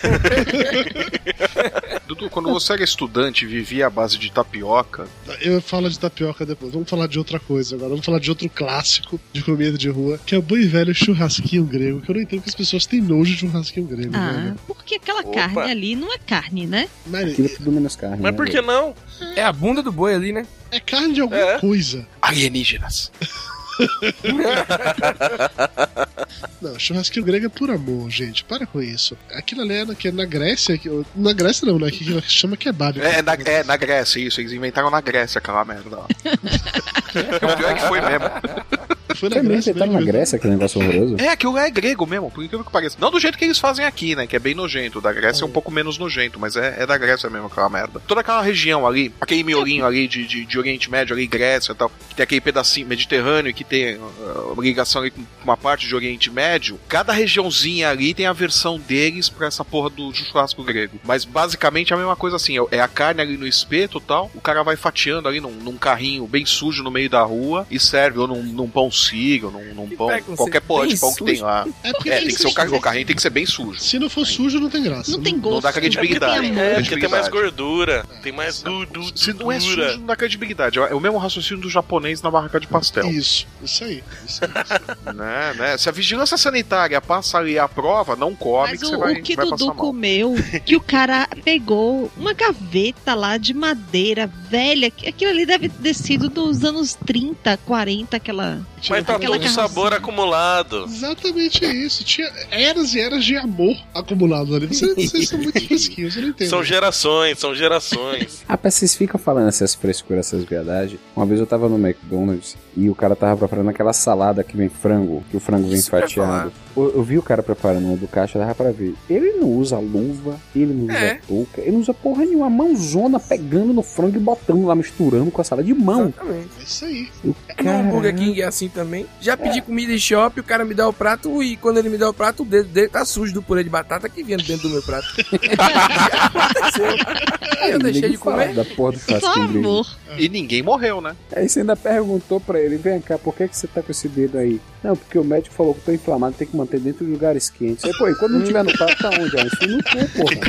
Dudu, quando você era estudante e vivia à base de tapioca... Eu falo de tapioca depois. Vamos falar de outra coisa agora. Vamos falar de outro clássico de comida de rua, que é o bom e velho churrasquinho grego, que eu não entendo que as pessoas têm nojo de churrasquinho grego. Ah, velho. porque aquela Opa. carne ali não é carne, né? Mas Aquilo é tudo menos carne. Mas né, por que velho? não? É a bunda do boi ali, né? é carne de alguma É. coisa. Alienígenas. Não, churrasquinho grego é por amor, gente. Para com isso. Aquilo ali é na, que é na Grécia. Que, na Grécia não, né? Que que chama kebab. É na, é, na Grécia, isso. Eles inventaram na Grécia aquela merda lá. O pior é que foi mesmo. Foi na Foi mesmo, Grécia. você tá na Grécia, aquele negócio horroroso? É, aquilo é grego mesmo, por incrível que pareça. Não do jeito que eles fazem aqui, né? Que é bem nojento. O da Grécia é um pouco menos nojento, mas é, é da Grécia mesmo aquela merda. Toda aquela região ali, aquele miolinho ali de, de, de Oriente Médio, ali, Grécia e tal, que tem aquele pedacinho Mediterrâneo que tem uh, uma ligação ali com uma parte de Oriente Médio. Cada regiãozinha ali tem a versão deles pra essa porra do churrasco grego. Mas basicamente é a mesma coisa assim: é a carne ali no espeto e tal, o cara vai fatiando ali num, num carrinho bem sujo no meio da rua e serve ou num, num pão sírio, num, num pão, qualquer porra de pão que tem lá. É porque É, tem tem que ser o carrinho, o carrinho tem que ser bem sujo. Se não for sujo, não tem graça. Não tem gosto. Não dá credibilidade. Não É, tem porque tem mais gordura. Tem mais du, Se não é sujo, não dá credibilidade. É o mesmo raciocínio do japonês na barraca de pastel. Isso, isso aí. Isso aí. Né, né? Se a vigilância sanitária passa ali a prova, não come, Mas que o, você vai, o que vai Dudu passar mal. comeu, que o cara pegou uma gaveta lá de madeira velha, que aquilo ali deve ter sido dos anos trinta, quarenta, aquela... Mas tá aquela todo o sabor acumulado. Exatamente isso. Tinha eras e eras de amor acumulados ali. Vocês, vocês são muito fresquinhos, eu não entendo. São gerações, são gerações. Rapaz, vocês ficam falando essas frescuras, essas viadagens. Uma vez eu tava no McDonald's e o cara tava preparando aquela salada que vem frango, que o frango vem Isso que eu ia fatiado. Eu, eu vi o cara preparando uma do caixa, dava pra ver. Ele não usa luva, ele não usa É. touca, ele não usa porra nenhuma. A mãozona pegando no frango e botando lá, misturando com a salada de mão. Exatamente. É isso aí. O No Hambúrguer cara... King é assim também. Já pedi comida em shopping, o cara me dá o prato e quando ele me dá o prato, o dedo dele tá sujo do purê de batata que vinha dentro do meu prato. Já aconteceu. Aí eu deixei de comer. Da porra do Por churrasquinho grego. favor. E ninguém morreu, né? Aí você ainda perguntou pra ele, vem cá, por que, que você tá com esse dedo aí? Não, porque o médico falou que tô inflamado, tem que manter dentro de lugares quentes. Aí, pô, e quando não tiver no prato, tá onde? Enfim, no cu, porra.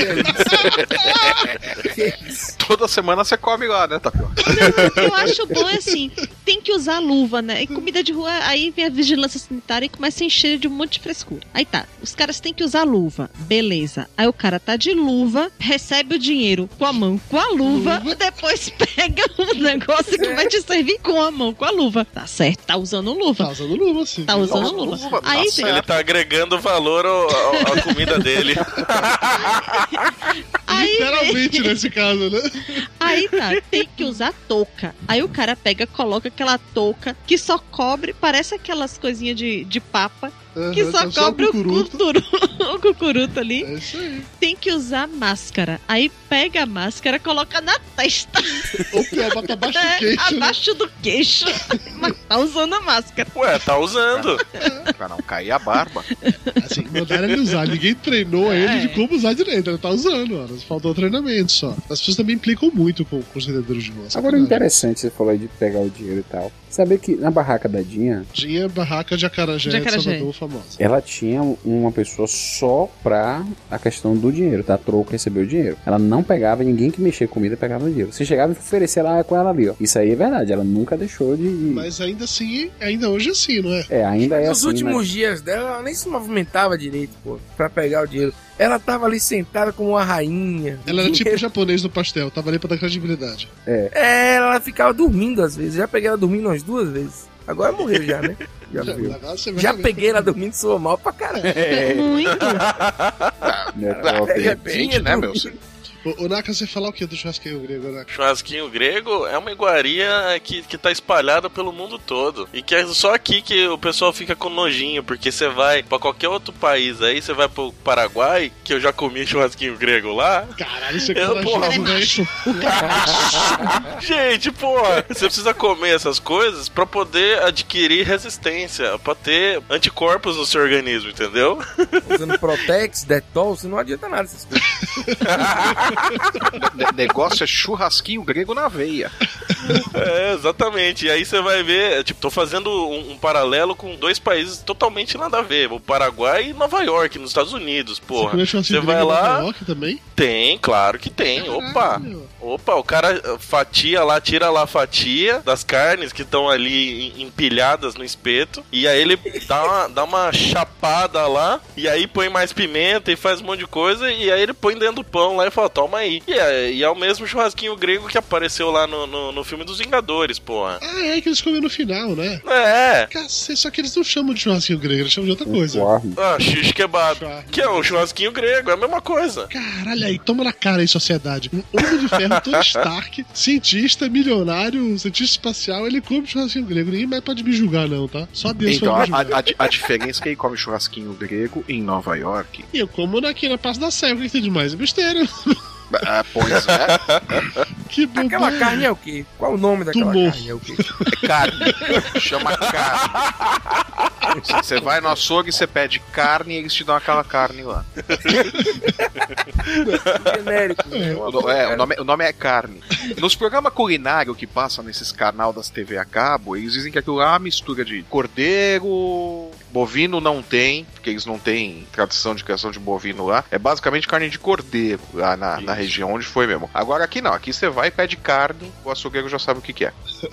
Toda semana você come lá, né, Tapioca? O que eu acho bom é assim, tem que usar luva, né? E comida de rua, aí vem a vigilância sanitária e começa a encher de um monte de frescura. Aí tá, os caras têm que usar luva, beleza. Aí o cara tá de luva, recebe o dinheiro com a mão, com a luva, luva. Depois pega o negócio que vai te servir com a mão, com a luva. Tá certo, tá usando luva. Tá usando luva, sim. Tá usando Tá usando luva. luva, tá Aí certo. Ele tá agregando valor ao- ao- à comida dele. Aí Literalmente vem- nesse caso, né? Aí tá, tem que usar touca. Aí o cara pega, coloca aquela touca que só cobre, parece aquelas coisinhas de, de papa, que Aham, só tá só cobre o cucuruto. cucuruto, o cucuruto ali. É isso aí. Tem que usar máscara. Aí pega a máscara, coloca na testa. Ou pior, bota abaixo do É, queixo. né? abaixo do queixo. Mas tá usando a máscara. Ué, tá usando. Pra não cair a barba. Assim, mandaram ele usar. Ninguém treinou É. ele de como usar direito. Ele tá usando, ó. Faltou treinamento só. As pessoas também implicam muito com, com os vendedores de máscara. Agora, o interessante, você falou aí de pegar o dinheiro e tal. Saber que na barraca da Dinha, Tinha barraca de acarajé, De de acarajé. Salvador famosa. ela tinha uma pessoa só pra a questão do dinheiro, tá? Troco, receber o dinheiro. Ela não pegava, ninguém que mexia com comida pegava o dinheiro. Você chegava e oferecia lá com ela ali, ó. Isso aí é verdade, ela nunca deixou de... Mas ainda assim, ainda hoje é assim, não é? É, ainda é Nos assim, últimos mas... dias dela, ela nem se movimentava direito, pô, pra pegar o dinheiro. Ela tava ali sentada como uma rainha. Ela era tipo o japonês do pastel, tava ali pra dar credibilidade. É, ela ficava dormindo às vezes. Já peguei ela dormindo umas duas vezes. Agora morreu já, né? Já, Já- morreu. agora você vai Já ver. peguei ela dormindo, soou mal pra caralho. Muito. É, De repente, né, meu? Ô, ô, Naka, você falar o que do churrasqueiro grego, Naka? Churrasquinho grego é uma iguaria que, que tá espalhada pelo mundo todo. E que é só aqui que o pessoal fica com nojinho, porque você vai pra qualquer outro país aí, você vai pro Paraguai, que eu já comi churrasquinho grego lá. Caralho, você é Eu, porra, corajoso, velho. Gente, porra, você precisa comer essas coisas pra poder adquirir resistência, pra ter anticorpos no seu organismo, entendeu? Usando Protex, Dettol, você não adianta nada essas coisas. Ne- negócio é churrasquinho grego na veia. É, exatamente. E aí você vai ver, tipo, tô fazendo um, um paralelo com dois países totalmente nada a ver. O Paraguai e Nova York, nos Estados Unidos, porra. Você, você vai lá... Nova York também? Tem, claro que tem. Caralho. Opa! Opa, o cara fatia lá, tira lá a fatia das carnes que estão ali empilhadas no espeto, e aí ele dá uma, dá uma chapada lá, e aí põe mais pimenta e faz um monte de coisa, e aí ele põe dentro do pão lá e fala, toma aí. E é, e é o mesmo churrasquinho grego que apareceu lá no, no, no filme dos Vingadores, porra. Ah, é que eles comem no final, né? É. Cacete, só que eles não chamam de churrasquinho grego, eles chamam de outra coisa. Ah, shish kebab, que é um churrasquinho grego, é a mesma coisa. Caralho, aí, toma na cara aí, sociedade. Um homem de ferro, Tony Stark, cientista, milionário, cientista espacial, ele come churrasquinho grego. Ninguém mais pode me julgar, não, tá? Só Deus então, pode me a, julgar. a, a diferença é que ele come churrasquinho grego em Nova York. E eu como aqui na Praça da Sé, o que tem de mais? É besteira. Ah, pois é. Que bobagem. Aquela carne é o quê? Qual o nome daquela Tumor. carne? É o quê? É carne. Chama carne. Você vai no açougue e você pede carne e eles te dão aquela carne lá. Genérico. É, o, é, o, nome, o nome é carne. Nos programas culinários que passam nesses canal das T V a cabo, eles dizem que aquilo lá é uma mistura de cordeiro, bovino não tem, porque eles não têm tradição de criação de bovino lá. É basicamente carne de cordeiro lá na, na região onde foi mesmo. Agora aqui não, aqui você vai e pede carne, o açougueiro já sabe o que, que é.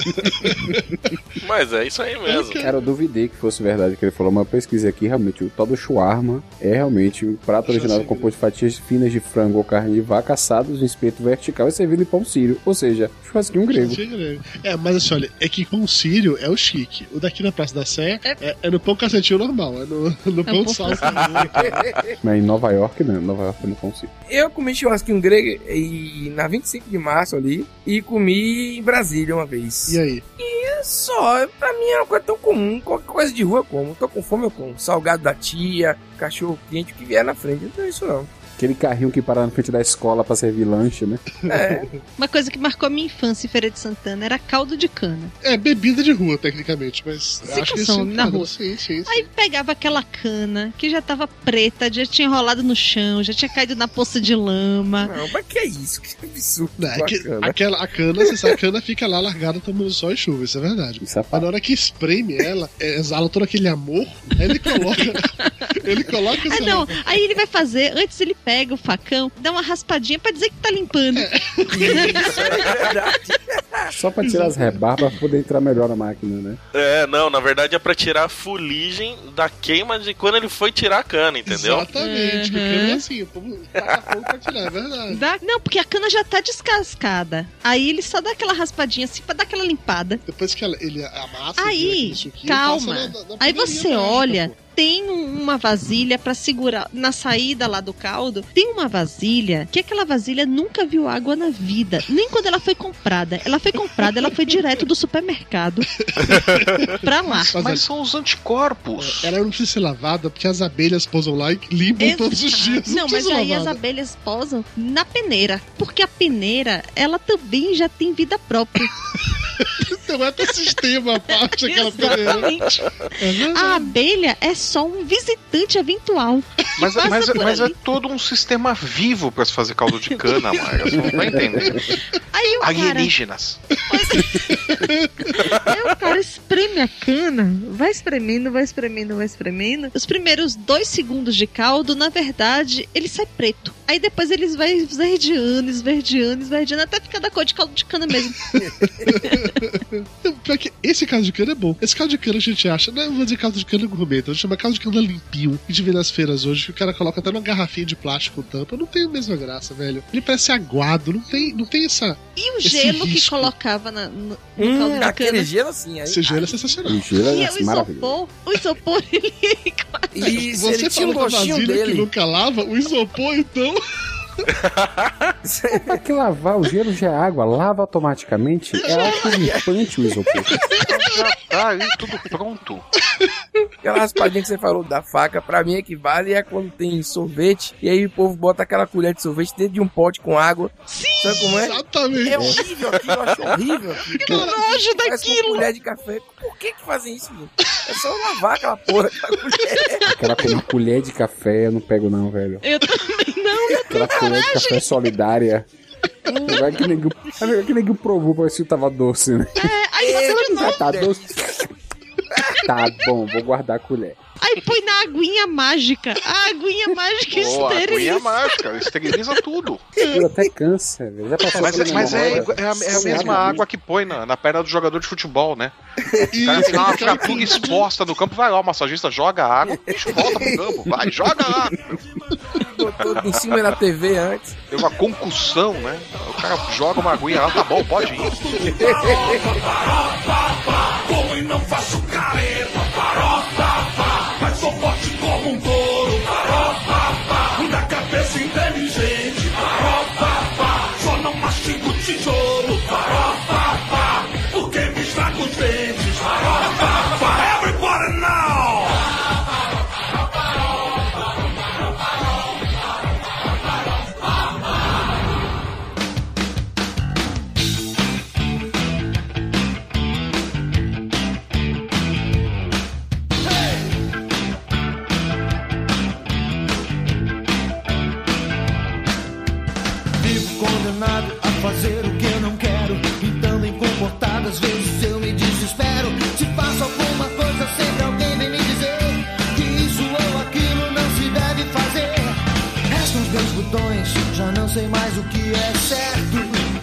Mas é isso aí mesmo. Cara, eu duvidei que fosse verdade o que ele falou, mas eu pesquisei aqui, realmente, o tal do shawarma é realmente um prato original composto de fatias finas de frango ou carne de vaca assados em espeto vertical e servido em pão sírio, ou seja, churrasquinho grego. É, mas assim, olha, é que pão sírio é o chique. O daqui na Praça da Sé é, é, é no pão cacetinho normal, é no, no pão de salsa. Mas em Nova York, não, Nova York é no pão sírio. Eu comi churrasquinho grego e, na vinte e cinco de março ali, e comi em Brasília uma vez. E aí? E só, pra mim é uma coisa tão comum, qualquer coisa de rua eu como. Tô com fome eu como. Salgado da tia, cachorro quente, o que vier na frente, não tem isso não. Aquele carrinho que para na frente da escola pra servir lanche, né? É. Uma coisa que marcou a minha infância em Feira de Santana era caldo de cana. É, bebida de rua, tecnicamente, mas Você acho que consome isso na rua. Sim, sim, sim. Aí pegava aquela cana que já tava preta, já tinha rolado no chão, já tinha caído na poça de lama. Não, mas que é isso? Que absurdo. Não, é que, aquela, a cana, você sabe, a cana fica lá largada tomando sol e chuva, isso é verdade. Isso é mas na hora que espreme ela, exala todo aquele amor, aí ele coloca. ele coloca Ah, não, aí ele vai fazer, antes ele pega o facão, dá uma raspadinha pra dizer que tá limpando. É. Isso é verdade. Só pra tirar as rebarbas pra poder entrar melhor na máquina, né? É, não, na verdade é pra tirar a fuligem da queima de quando ele foi tirar a cana, entendeu? Exatamente, porque Uhum. não é assim, o povo taca fogo pra tirar, é verdade. Dá- Não, porque a cana já tá descascada. Aí ele só dá aquela raspadinha assim pra dar aquela limpada. Depois que ela- ele amassa, Aí, aquele suquinho, calma. passa na- na Aí panelinha você mágica, olha, pô. tem um- uma vasilha pra segurar na saída lá do caldo. Tem uma vasilha que aquela vasilha nunca viu água na vida, nem quando ela foi comprada. Ela foi comprada, ela foi direto do supermercado pra lá. Mas, Mas são os anticorpos. Ela não precisa ser lavada porque as abelhas pousam lá e limpam Exato. todos os dias. Não, mas precisa aí as lavada. abelhas posam na peneira, porque a peneira, ela também já tem vida própria. Então é ecossistema a parte aquela peneira. Exatamente. É verdade. A abelha é só um visitante eventual. Mas, Passa mas, por mas é ali. todo um sistema vivo pra se fazer caldo de cana, Mayra. Você não tá entendendo. Aí o cara, Alienígenas. aí o cara espreme a cana, vai espremendo, vai espremendo, vai espremendo. Os primeiros dois segundos de caldo, na verdade, ele sai preto. Aí depois eles vai esverdeando, esverdeando, esverdeando, até ficar da cor de caldo de cana mesmo. Não, pior que esse caldo de cana é bom. Esse caldo de cana a gente acha, não vou dizer caldo de cana gourmet, então a gente chama caldo de cana limpinho. A gente vê nas feiras hoje que o cara coloca até uma garrafinha de plástico com tampa. Não tem a mesma graça, velho. Ele parece aguado, não tem, não tem essa. E o esse gelo que risco. colocava na- no, no Hum, caldo de aquele cana. gelo assim. Aí, Esse gelo é sensacional. O gelo E é o maravilhoso. isopor, o isopor, ele Isso, Você ele tinha um falou da gostinho vasilha dele. que nunca lava, o isopor, então. Pra que lavar? O gelo já é água, lava automaticamente. É autolimpante o isopor. Já tá aí tudo pronto. Aquela raspadinha que você falou da faca, pra mim equivale é quando tem sorvete e aí o povo bota aquela colher de sorvete dentro de um pote com água. Sim, sabe como é? Exatamente. É horrível aquilo, eu acho horrível aquilo. Que nojo Parece uma daquilo. colher de café. Por que que fazem isso, meu? É só lavar aquela porra daquela colher. Aquela com uma colher de café eu não pego não, velho. Eu também não, eu Aquela colher de café solidária. Vai que ninguém, vai que ninguém provou pra ver se tava doce, né? É, aí você de novo. Já tá doce. Tá bom, vou guardar a colher. Aí põe na aguinha mágica. A aguinha mágica Pô, a esteriliza. aguinha mágica, esteriliza tudo. Eu até cansa, velho. Já passou Mas, por mas uma é, hora. igual- é a, é a Você mesma abre água que põe na, na perna do jogador de futebol, né? O cara tem uma fratura exposta no campo, vai lá, o massagista joga a água, bicho, volta pro campo, vai, joga a água. Botou em cima da T V antes. Deu uma concussão, né? O cara joga uma aguinha lá, tá bom, pode ir. Como e não faço careta, farofa, mas sou forte como um touro, farofa, da cabeça inteligente, farofa, só não mastigo tijolo, farofa, porque me estrago os dentes, farofa, everybody now! Vivo condenado a fazer o que eu não quero, então bem comportado, às vezes eu me desespero. Se faço alguma coisa, sempre alguém vem me dizer que isso ou aquilo não se deve fazer. Restam os meus botões, já não sei mais o que é certo.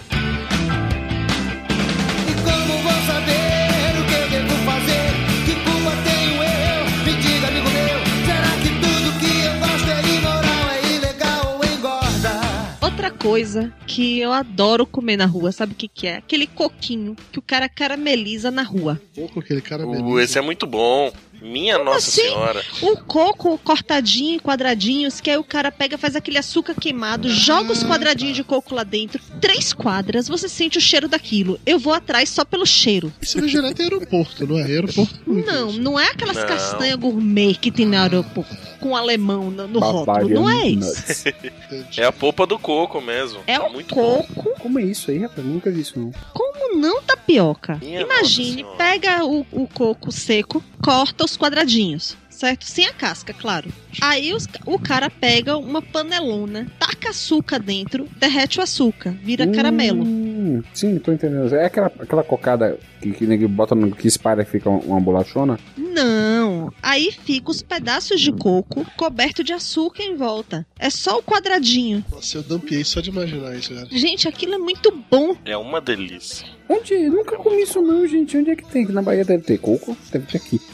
E como vou saber o que eu devo fazer? Que culpa tenho eu? Me diga, amigo meu, será que tudo que eu gosto é imoral, é ilegal ou engorda? Outra coisa que eu adoro comer na rua, sabe o que que é? Aquele coquinho que o cara carameliza na rua. Pouco aquele cara Uh, esse é muito bom. Minha Como Nossa assim? Senhora. O coco cortadinho em quadradinhos, que aí o cara pega, faz aquele açúcar queimado, joga os quadradinhos de coco lá dentro, três quadras, você sente o cheiro daquilo. Eu vou atrás só pelo cheiro. Isso é direto em aeroporto, não é? Aeroporto Não, não é aquelas Não. castanhas gourmet que tem no aeroporto com alemão no, no rótulo. Não é isso. É a polpa do coco mesmo. É Tá o muito bom. coco. Como é isso aí, rapaz? Nunca vi isso, não. Como não, tapioca? Minha Imagine, Nossa Senhora. pega o, o coco seco, corta os quadradinhos, certo? Sem a casca, claro. Aí os- o cara pega uma panelona, taca açúcar dentro, derrete o açúcar, vira caramelo. Hum, sim, tô entendendo. É aquela, aquela cocada que, que ninguém bota no que espalha e fica uma bolachona? Não, aí fica os pedaços de coco coberto de açúcar em volta. É só o quadradinho. Nossa, eu dampiei só de imaginar isso, cara. Gente, aquilo é muito bom. É uma delícia. Onde? Eu nunca comi isso não, gente. Onde é que tem? Na Bahia deve ter coco? Deve ter aqui.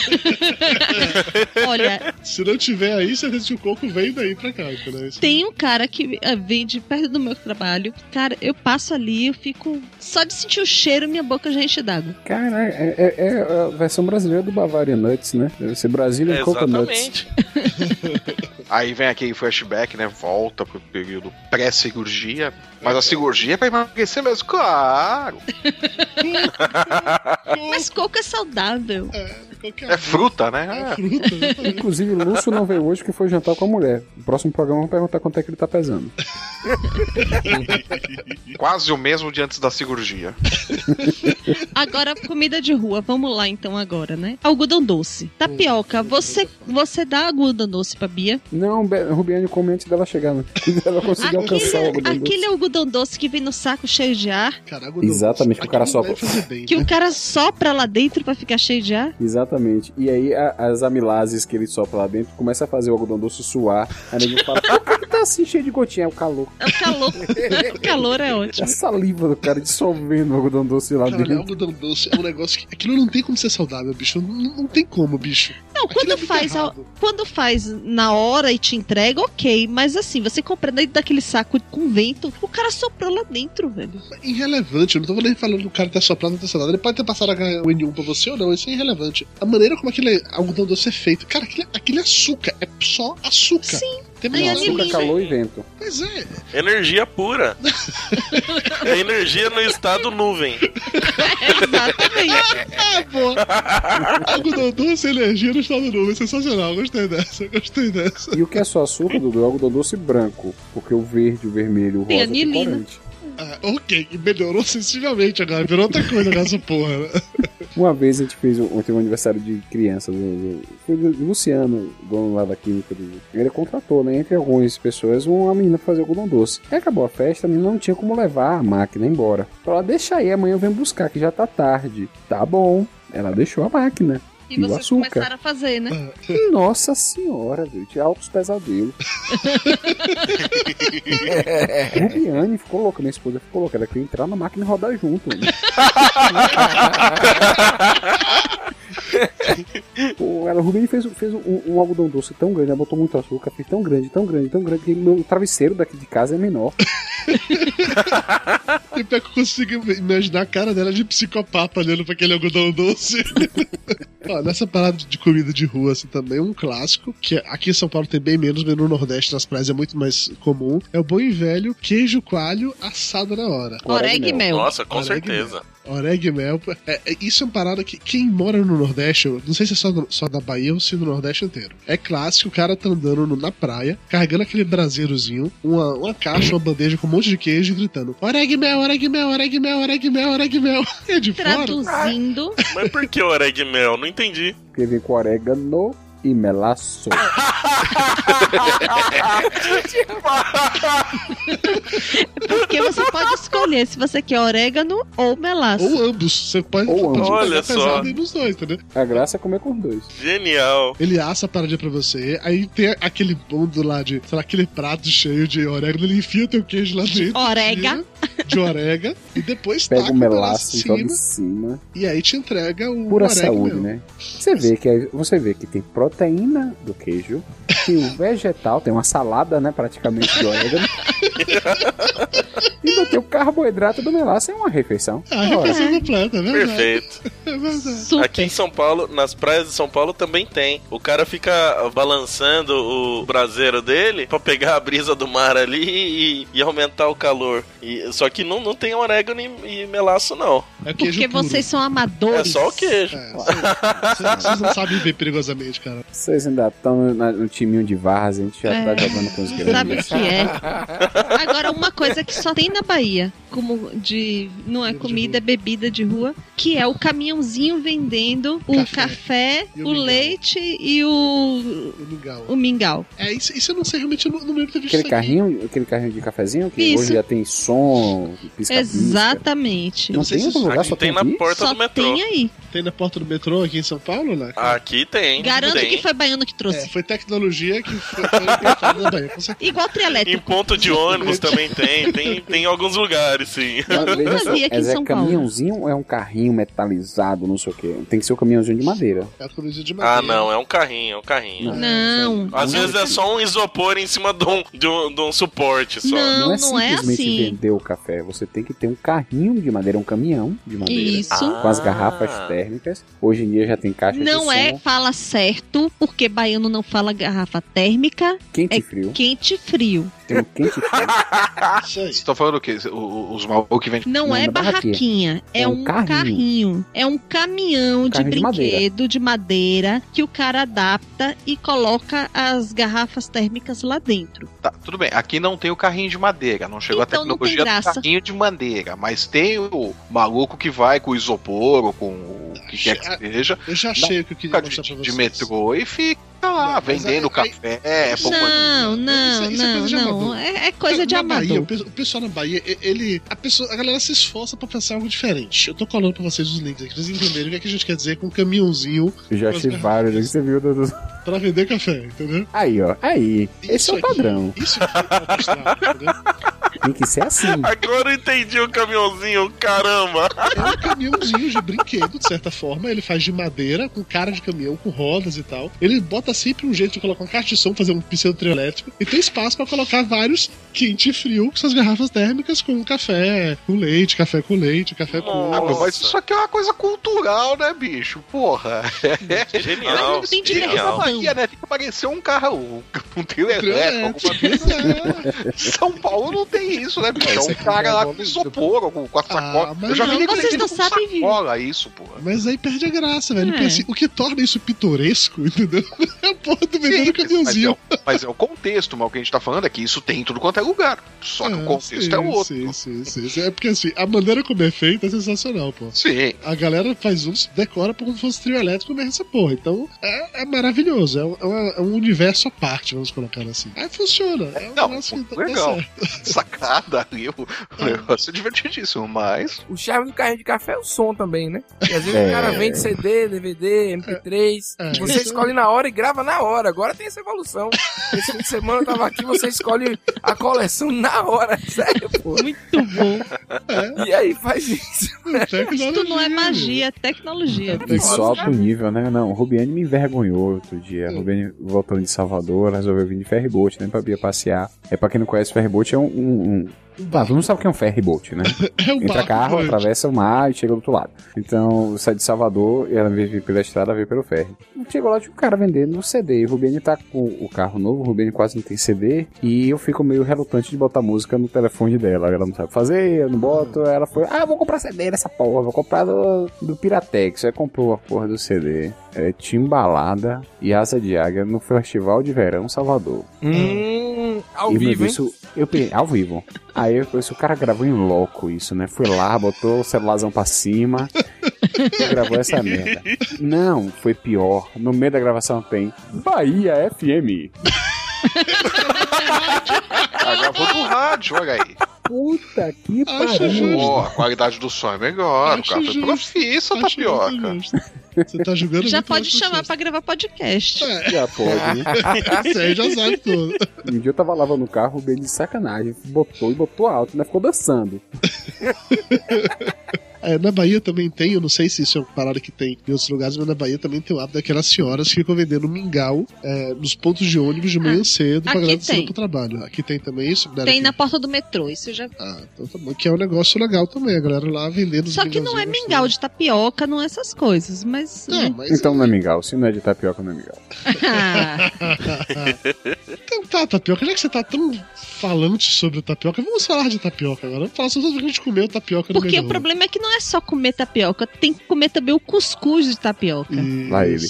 Olha, Se não tiver aí, certeza que o coco vem daí pra cá, né? tem um cara que eh, vende perto do meu trabalho. Cara, eu passo ali, eu fico. Só de sentir o cheiro, minha boca já enche d'água. Cara, é, é- é a versão brasileira do Bavaria Nuts, né? Deve ser Brasília É, Coconuts. exatamente. Aí vem aquele flashback, né? Volta pro período pré-cirurgia. Mas a cirurgia é pra emagrecer mesmo, claro. Mas coco é saudável. É fruta, né? É. Inclusive, o Lúcio não veio hoje porque foi jantar com a mulher. No próximo programa vamos perguntar quanto é que ele tá pesando. Quase o mesmo de antes da cirurgia. Agora, comida de rua. Vamos lá então agora, né? Algodão doce. Tapioca, você, você dá algodão doce pra Bia? Não, Be- Rubiane come antes dela chegar, né? Ela conseguiu alcançar o algodão doce. Aquele algodão doce que vem no saco cheio de ar, Exatamente, que o cara sopra. que o cara sopra lá dentro pra ficar cheio de ar. Exatamente. E aí a- as amilases que ele sopra lá dentro começa a fazer o algodão doce suar. Aí ninguém fala, por que tá assim cheio de gotinha? É o calor. É o calor. O calor é É a ótimo. saliva do cara dissolvendo o algodão doce lá Cara, dentro. algodão doce é um negócio que. Aquilo não tem como ser saudável, bicho. Não, não tem como, bicho. Não, quando faz, ao- quando faz na hora e te entrega, ok. Mas assim, você compra dentro daquele saco com vento, o cara soprou lá dentro, velho. Irrelevante, eu não tô nem falando do cara ter soprado, não ter soprado. Ele pode ter passado o N um pra você ou não, isso é irrelevante. A maneira como aquele algodão doce é feito, cara, aquele, aquele açúcar é só açúcar. Sim. Tem Não, mais açúcar, calor e vento. Pois é. Energia pura. É energia no estado nuvem. É, pô. Algodão doce, energia no estado novo. Sensacional, gostei dessa, gostei dessa. E o que é só açúcar, Dudu? É o algodão doce branco. Porque o verde, o vermelho, o Tem rosa tem anilina. corante. Ah, ok, melhorou sensivelmente agora, virou outra coisa nessa porra, né? Uma vez a gente fez um, teve um aniversário de criança, do, do, foi do Luciano, dono lá da química. Do, ele contratou, né, entre algumas pessoas, uma menina pra fazer algodão doce. Aí acabou a festa, a menina não tinha como levar a máquina embora. Falou, deixa aí, amanhã eu venho buscar, que já tá tarde. Tá bom. Ela deixou a máquina. E, e vocês açúcar. Começaram a fazer, né? Nossa senhora, velho. Tinha altos pesadelos. A Eliane ficou louca, minha esposa ficou louca. Ela queria entrar na máquina e rodar junto. Né? Pô, ela, o Rubinho fez, fez um, um algodão doce tão grande, ela botou muito açúcar, fez tão grande, tão grande, tão grande, que meu travesseiro daqui de casa é menor. E pior que eu consigo imaginar a cara dela de psicopata olhando pra aquele algodão doce. Ó, nessa parada de comida de rua, assim, também um clássico, que aqui em São Paulo tem bem menos, mas no Nordeste, nas praias, é muito mais comum, é o bom e velho queijo coalho assado na hora. Oreg e mel. Nossa, com Oreg certeza. Oreg e mel. É, é, isso é uma parada que quem mora no Nordeste, eu não sei se é só, no, só da Bahia ou se no Nordeste inteiro. É clássico, o cara tá andando no, na praia, carregando aquele braseirozinho, uma, uma caixa, uma bandeja com um monte de queijo e gritando oreg e mel, oreg e mel, oreg e mel, oreg e mel, oreg e mel. É de Traduzindo. Fora. Mas por que oreg e mel? Não entendi. Porque vem com orégano e melaço. Porque você pode escolher se você quer orégano ou melaço. Ou ambos. Você pode, ou pode Olha só. nos dois, entendeu? A graça é comer com os dois. Genial. Ele assa a paradinha pra você, aí tem aquele bando lá de, sei lá, aquele prato cheio de orégano, ele enfia o teu queijo lá dentro. Orega. De orega. E depois pega taca o melaço em e joga em cima. E aí te entrega o pura orégano saúde, mesmo. né? Você vê que você vê que tem proteína do queijo, tem o vegetal, tem uma salada, né, praticamente de orégano. E ainda tem o carboidrato do melaço, é uma refeição. Ah, a refeição completa, é verdade. Perfeito. É verdade. Super. Aqui em São Paulo, nas praias de São Paulo também tem. O cara fica balançando o braseiro dele pra pegar a brisa do mar ali e, e aumentar o calor. E, só que não, não tem orégano e, e melaço, não. É queijo Porque puro. vocês são amadores. É só o queijo. É, vocês, vocês não sabem viver perigosamente, cara. Vocês ainda estão no, no timinho de Varras, a gente já É. tá jogando com os grandes. Sabe o que é? Agora, uma coisa que só tem na Bahia, como de não é comida, é bebida de rua, que é o caminhãozinho vendendo o Café. café, E o o, mingau. leite e o, O mingau. o mingau. É, isso, isso eu não sei, realmente, eu não, não lembro de ter visto Aquele isso carrinho, aquele carrinho de cafezinho que Isso. hoje já tem som, pisca-pisca. Exatamente. Não tem em outro lugar, Aqui só tem tem na aqui? porta Só do metrô. tem aí. aqui. Tem na porta do metrô aqui em São Paulo, né? Aqui tem. Garanto tem. que foi baiano que trouxe. É, foi tecnologia que foi, foi importada da Bahia, com certeza. Igual Em trielétrico. ponto de ônibus também tem. Tem, tem em alguns lugares, sim. Mas veja só, vi aqui em mas é São Paulo. caminhãozinho ou é um carrinho metalizado, não sei o quê? Tem que ser um caminhãozinho de madeira. É a tecnologia de madeira. Ah, não, é um carrinho, é um carrinho. Não. Às não. vezes é só um isopor em cima de um, de um, de um suporte só. Não, é não é simplesmente assim. vender o café. Você tem que ter um carrinho de madeira, um caminhão de madeira. Isso. Com as garrafas térmicas. Hoje em dia já tem caixa de Não é som. fala certo, porque baiano não fala garrafa térmica. Quente é e frio. Quente e frio. Tem um quente e frio. Isso aí. Você tá falando o quê? O- Os malucos que vendem. Não, Não, é na barraquinha. barraquinha, é, É um um carrinho. carrinho. É um caminhão de Carrinho de brinquedo de madeira que o cara adapta e coloca as garrafas térmicas lá dentro. Tá, tudo bem. Aqui não tem o carrinho de madeira. Não chegou Então a não tem tecnologia do graça. carrinho de madeira. Mas tem o maluco que vai com o isopor ou com o que quer que seja. Eu já achei o que eu queria de, mostrar pra vocês. de metrô e fica lá, Não, mas vendendo aí- café. É, pô, Não, não, Isso- isso é não, coisa de não. amador. É, é coisa de Na Bahia, amador. o pe- o pessoal na Bahia, e- ele. A, pessoa, a galera se esforça pra pensar algo diferente. Eu tô colando pra vocês os links aqui, pra vocês entenderem o que, é que a gente quer dizer com um caminhãozinho Eu já com as achei garrafas vários, que você viu, Dudu. pra vender café, entendeu? Aí, ó. Aí. Esse Isso é o aqui- padrão. Isso aqui é o astral, entendeu? Tem que ser assim. Agora eu entendi o caminhãozinho, caramba. É um caminhãozinho de brinquedo, de certa forma. Ele faz de madeira, com cara de caminhão, com rodas e tal. Ele bota sempre um jeito de colocar um caixa de som, fazer um pseudo trio elétrico. E tem espaço pra colocar vários quente e frio, com suas garrafas térmicas, com café com leite, café com leite, café com. Ah, meu, mas isso aqui é uma coisa cultural, né, bicho? Porra. Genial. Não tem Tem que diversão. Bahia, né? Tem que aparecer um carro, um trio Trio elétrico, alguma coisa. elétrico, São Paulo não tem isso, né, bicho? É um cara lá com isopor, com, com a sacola. mas eu já vi não, nego vocês não com sabem sacola isso, porra. Mas aí perde a graça, velho. É. Porque assim, o que torna isso pitoresco, entendeu? É a porra do vendendo caminhãozinho. Mas é, o, mas é o contexto, mas o que a gente tá falando é que isso tem em tudo quanto é lugar. Só que o contexto sim, é outro. Sim, sim, sim, sim. É porque assim, a maneira como é feita é sensacional, pô. Sim. A galera faz uns, decora como se fosse trio elétrico nessa porra. Então é, é maravilhoso. É um, é, uma, é um universo à parte, vamos colocar assim. Aí funciona. É um Não, negócio que legal. tá Sacada ali, o, o negócio é divertidíssimo, mas. O charme do carrinho de café é o som também, né? E às vezes É. o cara vende C D, D V D, M P três. É. Você escolhe na hora e grava na hora. Agora tem essa evolução. Esse fim de semana eu tava aqui, você escolhe a coleção na hora. Sério, pô. Muito bom. E aí faz isso. Isso não é magia, é tecnologia. E só pro nível, né? Não, o Rubiane me envergonhou outro dia. O Rubiane voltando de Salvador, resolveu vir de ferryboat, né? Pra Bia passear. É, pra quem não conhece, ferryboat é um... um, um... Ah, todo mundo sabe o que é um ferryboat, né? É um Entra barco carro, grande. atravessa o mar e chega do outro lado. Então, sai de Salvador e ela veio pela estrada, veio pelo ferry. Chegou lá, tinha um cara vendendo C D. O Rubiane tá com o carro novo, o Rubiane quase não tem C D. E eu fico meio relutante de botar música no telefone dela. Ela não sabe fazer, eu não boto. Ela foi, ah, vou comprar C D nessa porra, vou comprar do, do Piratex. Aí comprou a porra do C D. É, Timbalada e Asa de Águia no Festival de Verão Salvador. Hum, ao E, meu vivo, hein? Deus, isso- eu pe- ao vivo. Aí eu conheci, o cara gravou em loco isso, né? Foi lá, botou o celularzão pra cima e gravou essa merda. Não, foi pior. No meio da gravação tem Bahia F M. Ah, gravou do rádio, olha aí. Puta que Acho pariu. justo. Pô, a qualidade do som é melhor, o Acho cara foi justo. profissa, Acho tapioca. muito justo. Você tá julgando Já muito pode mais chamar pessoas. pra gravar podcast. Já pode, né? Você aí já sabe tudo. Um dia eu tava lavando o carro, bem de sacanagem. Botou e botou alto, né? Ficou dançando. É, na Bahia também tem, eu não sei se isso é uma parada que tem em outros lugares, mas na Bahia também tem o hábito daquelas senhoras que ficam vendendo mingau é, nos pontos de ônibus de manhã cedo pra aqui galera descer tem. pro trabalho. Aqui tem também isso? Galera, Tem aqui- na porta do metrô, isso já. Ah, então tá bom. Que é um negócio legal também, a galera lá vendendo os Só que não é mingauzinhos mingau de tapioca, não é essas coisas, mas. Não, né? mas Então não é mingau. Se não é de tapioca, não é mingau. Então tá, tapioca, já que você tá tão falante sobre o tapioca, vamos falar de tapioca agora. Vamos falar sobre o que a gente comeu tapioca no Porque meio o da problema é que não é só comer tapioca, tem que comer também o cuscuz de tapioca. rua. Lá ele.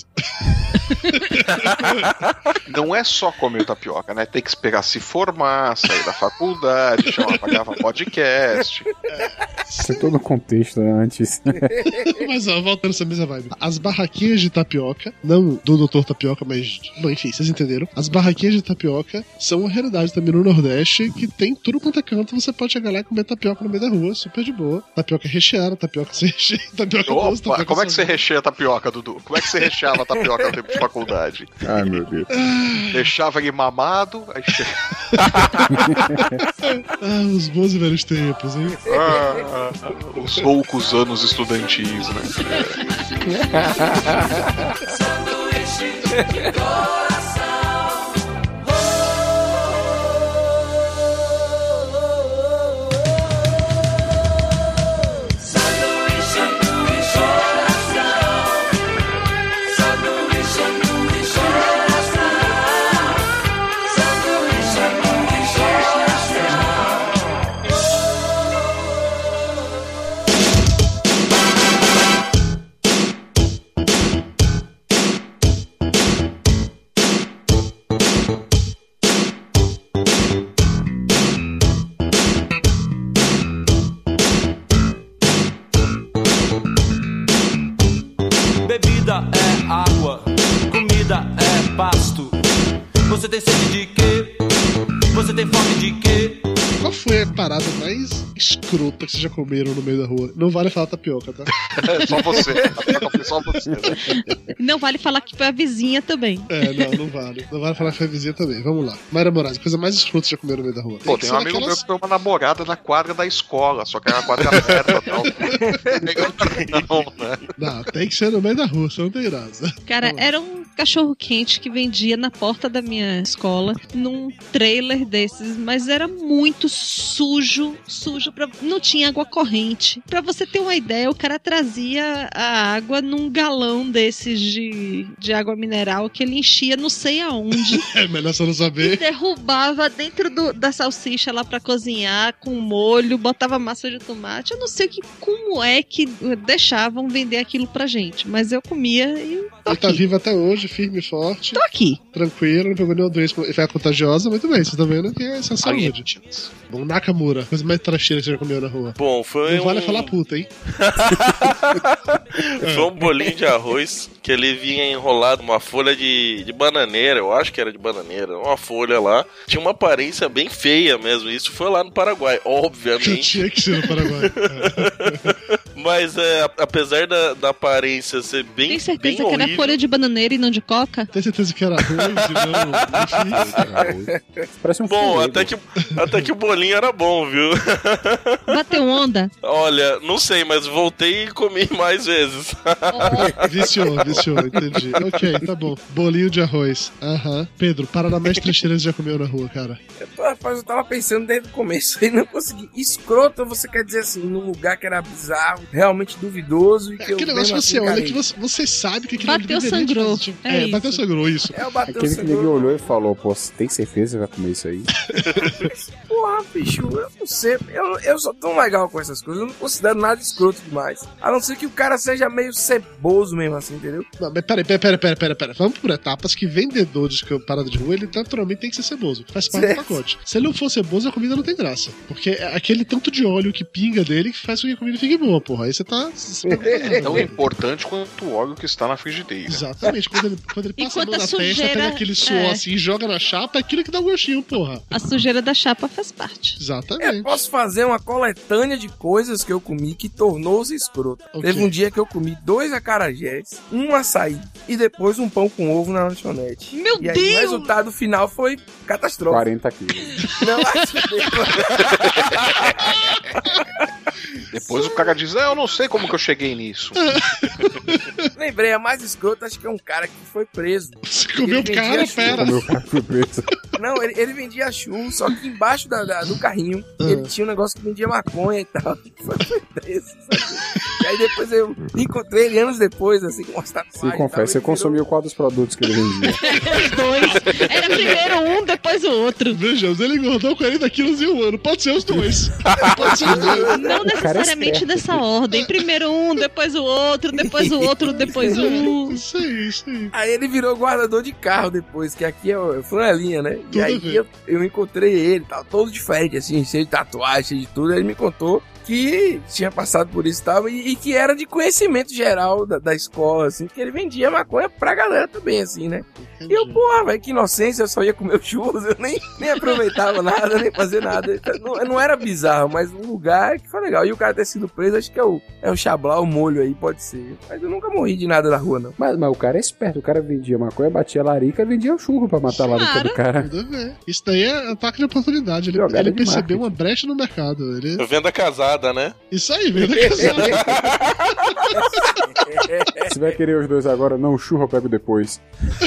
Não é só comer tapioca, né? Tem que esperar se formar, sair da faculdade, chamar pra gravar podcast. Tem todo o contexto né, antes. Mas ó, voltando essa mesma vibe. As barraquinhas de tapioca, não do doutor Tapioca, mas. Bom, enfim, vocês entenderam. As barraquinhas de tapioca são uma realidade também no Nordeste que tem tudo quanto é canto. Você pode chegar lá e comer tapioca no meio da rua, super de boa. Tapioca recheada, tapioca sem recheio, tapioca doce, Opa, tapioca como é que você salgada. recheia a tapioca, Dudu? Como é que você recheava a tapioca no tempo de faculdade? Ai, meu Deus. Deixava ele mamado, aí chega. Ah, os bons e velhos tempos, hein? Ah, os loucos anos estudantis, né? Bebida é água, comida é pasto. Você tem sede de quê? Você tem fome de quê? Qual foi a parada mais escrota que vocês já comeram no meio da rua? Não vale falar tapioca, tá? Só você. A tapioca foi só você, né? Não vale falar que foi a vizinha também. É, não, não vale. Não vale falar que foi a vizinha também. Vamos lá. Mayra Moraes, a coisa mais escrota que você já comeram no meio da rua. Pô, que tem ser um amigo daquelas- meu que foi uma namorada na quadra da escola, só que era uma quadra aberta e tal. Não, né? Não, tem que ser no meio da rua, você não tem graça. Cara, era um cachorro-quente que vendia na porta da minha escola, num trailer desses, mas era muito sujo, sujo, pra... não tinha água corrente. Pra você ter uma ideia, o cara trazia a água num galão desses de, de água mineral que ele enchia não sei aonde. É melhor você não saber. E derrubava dentro do, da salsicha lá pra cozinhar, com molho, botava massa de tomate. Eu não sei que, como é que deixavam vender aquilo pra gente, mas eu comia e tô Ele tá aqui. vivo até hoje, firme e forte. Tô aqui. Tranquilo, não pegou nenhuma doença. É contagiosa, muito bem, você tá vendo que é essa saúde. Bom, Nakamura, coisa mais tracheira que você já comeu na rua. Bom, foi Não vale um... falar puta, hein? Foi um bolinho de arroz que ele vinha enrolado numa folha de, de bananeira, eu acho que era de bananeira, uma folha lá. Tinha uma aparência bem feia mesmo. Isso foi lá no Paraguai, obviamente. Tinha que ser no Paraguai. Mas é, apesar da, da aparência ser bem, Tem certeza bem que horrível, era folha de bananeira e não de coca? Tem certeza que era arroz e não? Parece um bom, filé, até que, até que o bolinho era bom, viu? Bateu onda? Olha, não sei, mas voltei e comi mais vezes. Viciou, viciou, entendi. Ok, tá bom. Bolinho de arroz. Aham. Pedro, Paranamés Trecheira você já comeu na rua, cara? Eu, tô, rapaz, eu tava pensando desde o começo e não consegui. Escroto, você quer dizer assim, num lugar que era bizarro, realmente duvidoso e que eu Aquele negócio mesmo você assim, olha encarei. que você, você sabe que aquilo ali Bateu, deveria te sangrou. fazer, tipo, É É, isso. bateu, sangrou, isso. É, o bateu Aquele que sangrou. ninguém olhou e falou, pô, você tem certeza que você vai comer isso aí? Porra, bicho, eu não sei. Eu, eu sou tão legal com essas coisas, eu não considero nada escroto demais. A não ser que o cara seja meio ceboso mesmo assim, entendeu? Não, mas peraí, peraí, peraí, peraí, peraí, peraí. Vamos por etapas que vendedor de parada de rua, ele naturalmente tem que ser ceboso. Faz parte Certo. do pacote. Se ele não for ceboso, a comida não tem graça. Porque é aquele tanto de óleo que pinga dele que faz com que a comida fique boa, porra. Aí você tá... Você tá É tão importante quanto o óleo que está na frigideira. Exatamente. Quando ele, quando ele passa a Enquanto mão a na testa, sujeira- pega aquele suor é. assim e joga na chapa, é aquilo que dá um gostinho, porra. A sujeira da chapa faz parte. Exatamente. Eu posso fazer uma coletânea de coisas que eu comi que tornou-se escroto. Ok. Teve um dia que eu comi dois acarajés, um açaí e depois um pão com ovo na lanchonete. Meu e aí Deus! o resultado final foi catastrófico. quarenta quilos. Não, acho Depois o cara diz, ah, eu não sei como que eu cheguei nisso. Lembrei, a mais escrota acho que é um cara que foi preso. Você comeu Ele cara, vendia pera. Meu cara foi preso. Não, ele, ele vendia churros, só que embaixo da, da- do carrinho ele tinha um negócio que vendia maconha e tal. Foi, foi preso, sabe? E aí depois eu encontrei ele anos depois, assim, com umas tatuagens. Sim, e tal, confesso, você ele consumiu qual dos produtos que ele vendia? Os dois. Era primeiro um, depois o outro. Vejamos, ele engordou quarenta quilos em um ano. Pode ser os dois. Pode ser os dois. Não necessariamente esperto. dessa ordem. Primeiro um, depois o outro, depois o outro, depois um. Isso aí, isso aí. Aí ele virou guardador de carro depois, que aqui é o- é flanelinha, né? Tudo E a aí ver. eu, eu encontrei ele, tal, todo diferente, assim, cheio de tatuagem, cheio de tudo. Aí ele me contou que tinha passado por isso e tal, e, e que era de conhecimento geral da, da escola, assim, que ele vendia maconha pra galera também, assim, né? E eu, porra, velho, que inocência, eu só ia comer os churros, eu nem, nem aproveitava nada, nem fazia nada. Não, não era bizarro, mas o lugar que foi legal. E o cara ter sido preso, acho que é o, é o Xablau, o molho aí, pode ser. Mas eu nunca morri de nada na rua, não. Mas, mas o cara é esperto, o cara vendia maconha, batia larica e vendia o churro pra matar a larica do cara. Tudo a ver. Isso daí é ataque de oportunidade. Ele, Jogada ele de percebeu marketing. uma brecha no mercado. Ele... Venda casada, né? Isso aí, venda casada. Se vai querer os dois agora, não, o churro eu pego depois.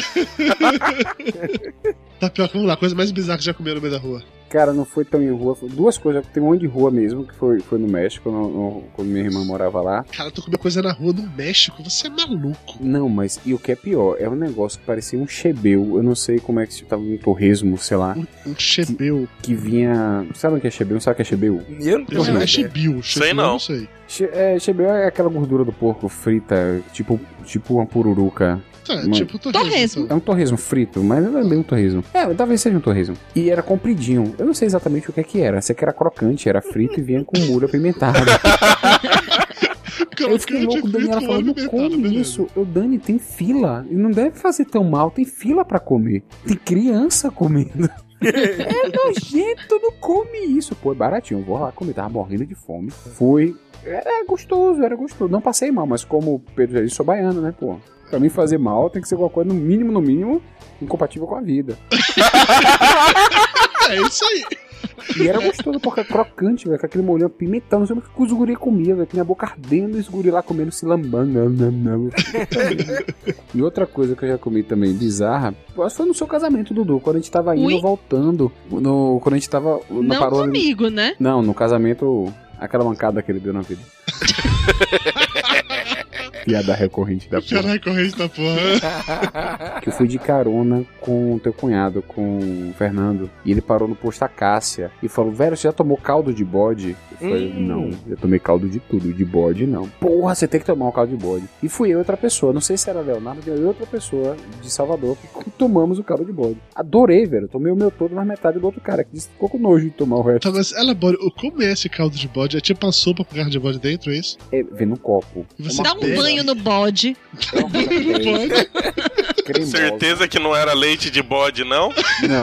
Tá pior que vamos lá, coisa mais bizarra que já comeu no meio da rua. Cara, não foi tão em rua, foi duas coisas, tem um monte de rua mesmo, que foi, foi no México, no, no, quando minha irmã morava lá. Cara, tu comeu coisa na rua no México, você é maluco. Não, mas e o que é pior, é um negócio que parecia um chebeu, eu não sei como é que se tava um torresmo, sei lá. Um chebeu. Que, que vinha, sabe o que é chebeu? Sabe o que é chebeu? Eu não Eu sei. não é chebil, Sei não. não sei. Che, é, chebeu é aquela gordura do porco frita, tipo, tipo uma pururuca. Tá, Uma- tipo torresmo. Torresmo. então. É um torresmo frito, mas não é bem um torresmo. É, talvez seja um torresmo. E era compridinho. Eu não sei exatamente o que é que era. Sei que era crocante, era frito e vinha com molho apimentado. Eu fiquei louco, o Daniela falou, não come isso. Eu, Dani, tem fila. E não deve fazer tão mal, tem fila pra comer. Tem criança comendo. É nojento, não come isso. Pô, é baratinho, vou lá comer. Tava morrendo de fome. Fui. Era gostoso, era gostoso. Não passei mal, mas como o Pedro já disse, sou baiano, né, pô? Pra mim fazer mal tem que ser alguma coisa, no mínimo, no mínimo, incompatível com a vida. É isso aí. E era gostoso, porque era crocante, velho, com aquele molhão pimentão, não sei o que os guri comia, velho, minha boca ardendo e os guri lá comendo, se lambando. Não, não, não. E outra coisa que eu já comi também, bizarra, foi no seu casamento, Dudu, quando a gente tava indo, Ui? voltando, no, quando a gente tava... Não parou, comigo, né? Não, no casamento, aquela mancada que ele deu na vida. Piada recorrente da porra. Piada recorrente da porra. Que eu fui de carona com o teu cunhado, com o Fernando, e ele parou no posto Acácia e falou, velho, você já tomou caldo de bode? Eu falei, hum. não, já tomei caldo de tudo, de bode não. Porra, você tem que tomar um caldo de bode. E fui eu e outra pessoa, não sei se era Leonardo, eu e outra pessoa de Salvador, que tomamos o caldo de bode. Adorei, velho, tomei o meu todo na metade do outro cara, que disse que ficou com nojo de tomar o resto. Tá, mas elabora, como é esse caldo de bode? É tipo uma sopa com carne de bode dentro, é isso? É, vem no copo. Você dá um pega... banho no bode. Certeza que não era leite de bode, não? Não.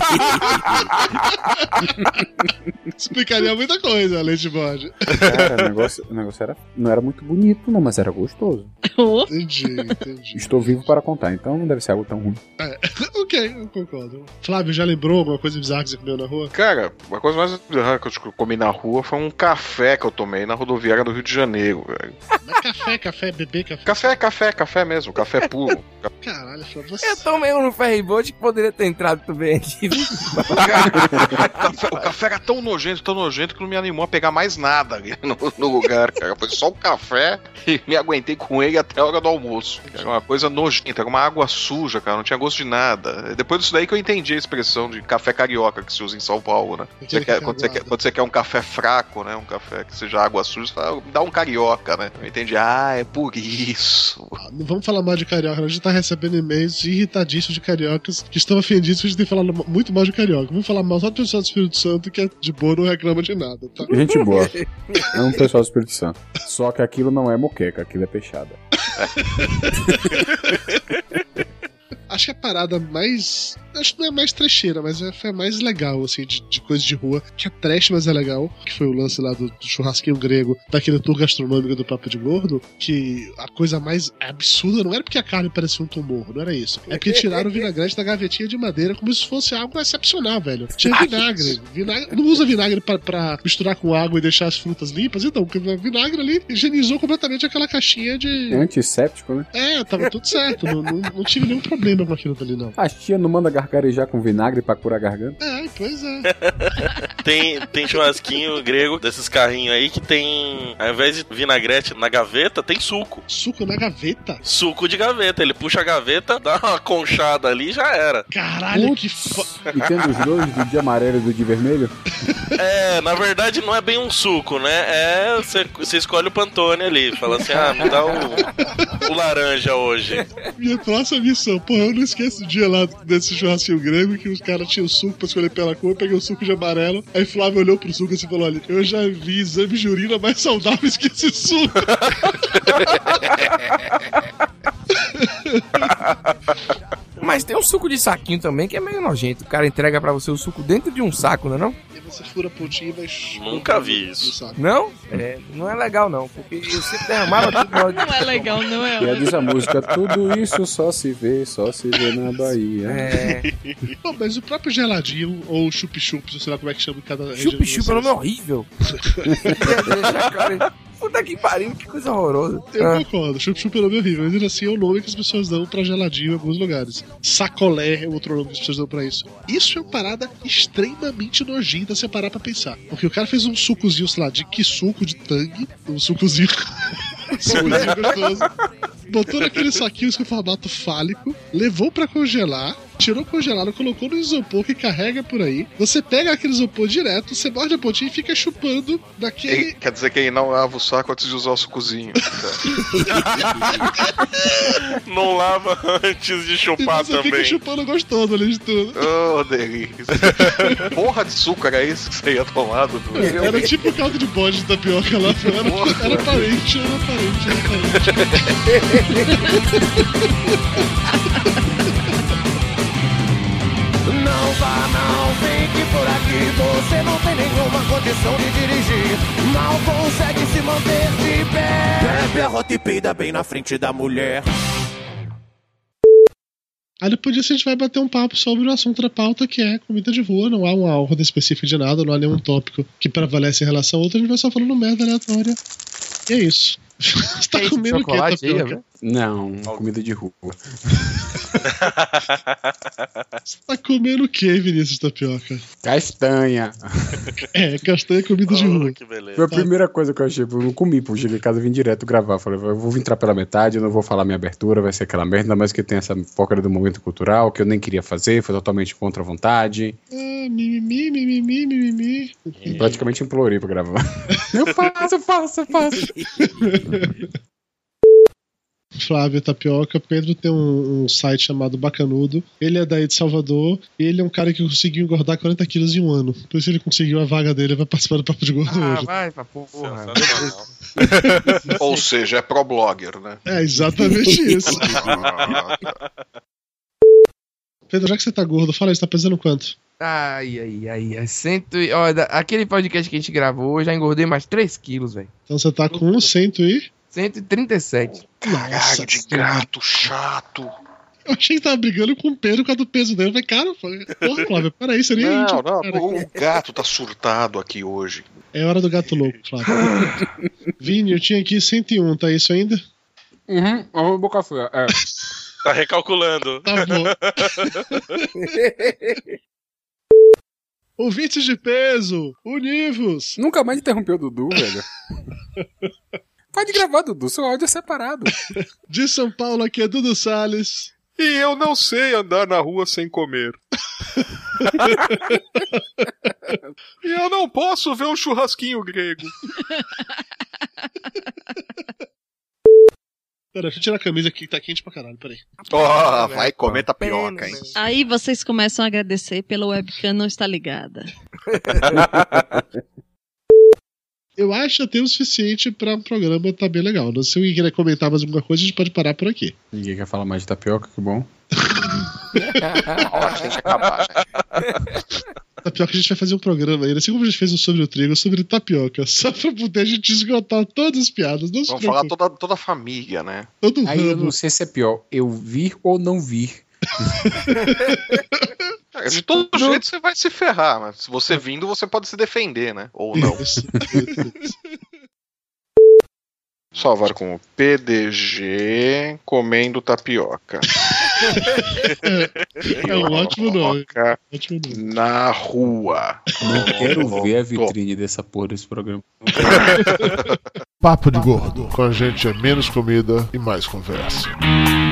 Explicaria muita coisa, leite de bode. Cara, o negócio, o negócio era, não era muito bonito, não, mas era gostoso. Entendi, entendi. Estou vivo para contar, então não deve ser algo tão ruim. É, ok, eu concordo. Flávio, já lembrou alguma coisa bizarra que você comeu na rua? Cara, uma coisa mais bizarra que eu comi na rua foi um café que eu tomei na rodoviária do Rio de Janeiro, velho. Mas café, café, bebê, café? Café, café, café mesmo, café puro. Caralho, Flávio, você... Eu tomei um no ferryboat que poderia ter entrado também aqui. o, café, o café era tão nojento, tão nojento que não me animou a pegar mais nada ali no, no lugar, cara. Foi só o café e me aguentei com ele até a hora do almoço. Era uma coisa nojenta, era uma água suja, cara, não tinha gosto de nada. Depois disso daí que eu entendi a expressão de café carioca que se usa em São Paulo, né? Você quer, quando, você quer, quando você quer um café fraco, né? Um café que seja água suja, você fala, dá um carioca, né? Eu entendi, ah, é por isso. Não vamos falar mal de carioca, a gente tá recebendo e-mails irritadíssimos de cariocas que estão ofendidos por a gente ter falado muito mal de carioca. Vamos falar mal só do pessoal do Espírito Santo que é de boa, não reclama de nada, tá? Gente boa. É um pessoal do Espírito Santo. Só que aquilo não é moqueca, aquilo é peixada. Acho que a parada mais... Acho que não é mais trecheira, mas foi a mais legal, assim, de, de coisa de rua. Que é trash, mas é legal. Que foi o lance lá do, do churrasquinho grego, daquele tour gastronômico do Papo de Gordo. Que a coisa mais absurda não era porque a carne parecia um tumor, não era isso. É porque tiraram o vinagrete da gavetinha de madeira como se fosse algo excepcional, velho. Tinha vinagre. vinagre não usa vinagre pra, pra misturar com água e deixar as frutas limpas, então, porque o vinagre ali higienizou completamente aquela caixinha de... É antisséptico, né? É, tava tudo certo. não, não, não tive nenhum problema com aquilo dali, não. A tia não manda gargarejar com vinagre pra curar a garganta? É, pois é. tem, tem churrasquinho grego desses carrinhos aí que tem, ao invés de vinagrete na gaveta, tem suco. Suco na gaveta? Suco de gaveta. Ele puxa a gaveta, dá uma conchada ali e já era. Caralho, Putz. que foda. E tem dos dois, do de amarelo e do de vermelho? É, na verdade não é bem um suco, né? É, você escolhe o Pantone ali. Fala assim, ah, me dá o, o laranja hoje. Minha próxima missão, pô, eu não esqueço o dia lá desse churrasquinho grego que os caras tinham suco pra escolher pela cor, eu peguei o suco de amarelo, aí Flávio olhou pro suco e assim falou, olha, eu já vi exames de urina mais saudáveis que esse suco. Mas tem um suco de saquinho também que é meio nojento. O cara entrega pra você o suco dentro de um saco, não é não? E você fura a pontinha e vai... Nunca vi isso. Não? É, não é legal não, porque eu sempre derramava tudo. Não é legal, não é? E diz a música, tudo isso só se vê, só se vê na Bahia. É. Pô, mas o próprio geladinho, ou chup-chup, sei lá como é que chama em cada região. Chup-chup é um nome horrível. Puta que pariu, que coisa horrorosa. Eu ah. concordo, chup-chup é nome horrível, mas assim é o nome que as pessoas dão pra geladinho em alguns lugares. Sacolé é outro nome que as pessoas dão pra isso. Isso é uma parada extremamente nojenta se parar pra pensar. Porque o cara fez um sucozinho, sei lá, de que suco de tangue, um sucozinho... sucozinho gostoso. Botou naquele saquinho com formato fálico, levou pra congelar, tirou congelado, colocou no isopor que carrega por aí. Você pega aquele isopor direto, você morde a pontinha e fica chupando daquele... Quer dizer que ele não lava o saco antes de usar o sucozinho. Não lava antes de chupar você também. Você fica chupando gostoso, além de tudo. Oh, delícia. Porra de suco, era isso que você ia tomar, Dudu? Era tipo o caldo de bode de tapioca lá fora. Era, era parente, era parente, era parente. Não vá, não fique por aqui. Você não tem nenhuma condição de dirigir. Não consegue se manter de pé. Bebe a rota e peida bem na frente da mulher. Aí depois disso a gente vai bater um papo sobre o assunto da pauta, que é comida de rua. Não há uma ordem específica de nada, não há nenhum tópico que prevalece em relação a outro. A gente vai só falando merda aleatória. E é isso. Você tá comendo o que, Tapioca? Não, comida de rua. Você tá comendo o que, Vinícius Tapioca? Castanha. É, castanha é comida de rua. Foi a primeira coisa que eu achei. Eu não comi, pô. Cheguei em casa e vim direto gravar. Falei, eu vou entrar pela metade, eu não vou falar minha abertura, vai ser aquela merda, ainda mais que tem essa porcaria do momento cultural, que eu nem queria fazer, foi totalmente contra a vontade. Ah, mimimi, mimimi, mimimi. E praticamente implorei pra gravar. Eu faço, eu faço, eu faço. Flávio Tapioca, Pedro tem um, um site chamado Bacanudo. Ele é daí de Salvador e ele é um cara que conseguiu engordar quarenta quilos em um ano. Por isso ele conseguiu a vaga dele, vai participar do Papo de Gordo Ah, hoje. vai pra porra. Ou seja, é pro blogger, né? É exatamente isso. Pedro, já que você tá gordo, fala aí, você tá pesando quanto? Ai, ai, ai, ai. Cento e... Olha, aquele podcast que a gente gravou, eu já engordei mais três quilos, velho. Então você tá com cento e... cento e trinta e sete. Caralho de gato chato. Eu achei que tava brigando com o Pedro por causa do peso dele. Eu falei, cara, porra, Flávio, peraí, seria Não, íntimo, não, cara. o gato tá surtado aqui hoje. É hora do gato louco, Flávio. Vini, eu tinha aqui cento e um, tá isso ainda? Uhum, arroba boca fria, é. Tá recalculando. Tá bom. Ouvintes de peso, univos. Nunca mais interrompeu o Dudu, velho. Pode gravar, Dudu, seu áudio é separado. De São Paulo, aqui é Dudu Salles. E eu não sei andar na rua sem comer. E eu não posso ver um churrasquinho grego. Pera, deixa eu tirar a camisa aqui que tá quente pra caralho, peraí. Ó, oh, vai comer tapioca, hein? Aí vocês começam a agradecer pela webcam não estar ligada. Eu acho até o suficiente pra o programa tá bem legal. Se alguém querer comentar mais alguma coisa, a gente pode parar por aqui. Ninguém quer falar mais de tapioca, que bom. Nossa, tem que acabar, gente. Tapioca, a gente vai fazer um programa aí, assim como a gente fez um sobre o trigo, sobre tapioca, só pra poder a gente esgotar todas as piadas. Não se Vamos preocupe. falar toda, toda a família, né? Todo Aí eu ramo. não sei se é pior, eu vir ou não vir. De todo jeito você vai se ferrar, mas se você vindo, você pode se defender, né? Ou não. Salvar com o P D G comendo tapioca. É um ótimo nome. Ótimo nome. Na rua. Não quero ver a vitrine dessa porra desse programa. Papo de Gordo. Com a gente é menos comida e mais conversa.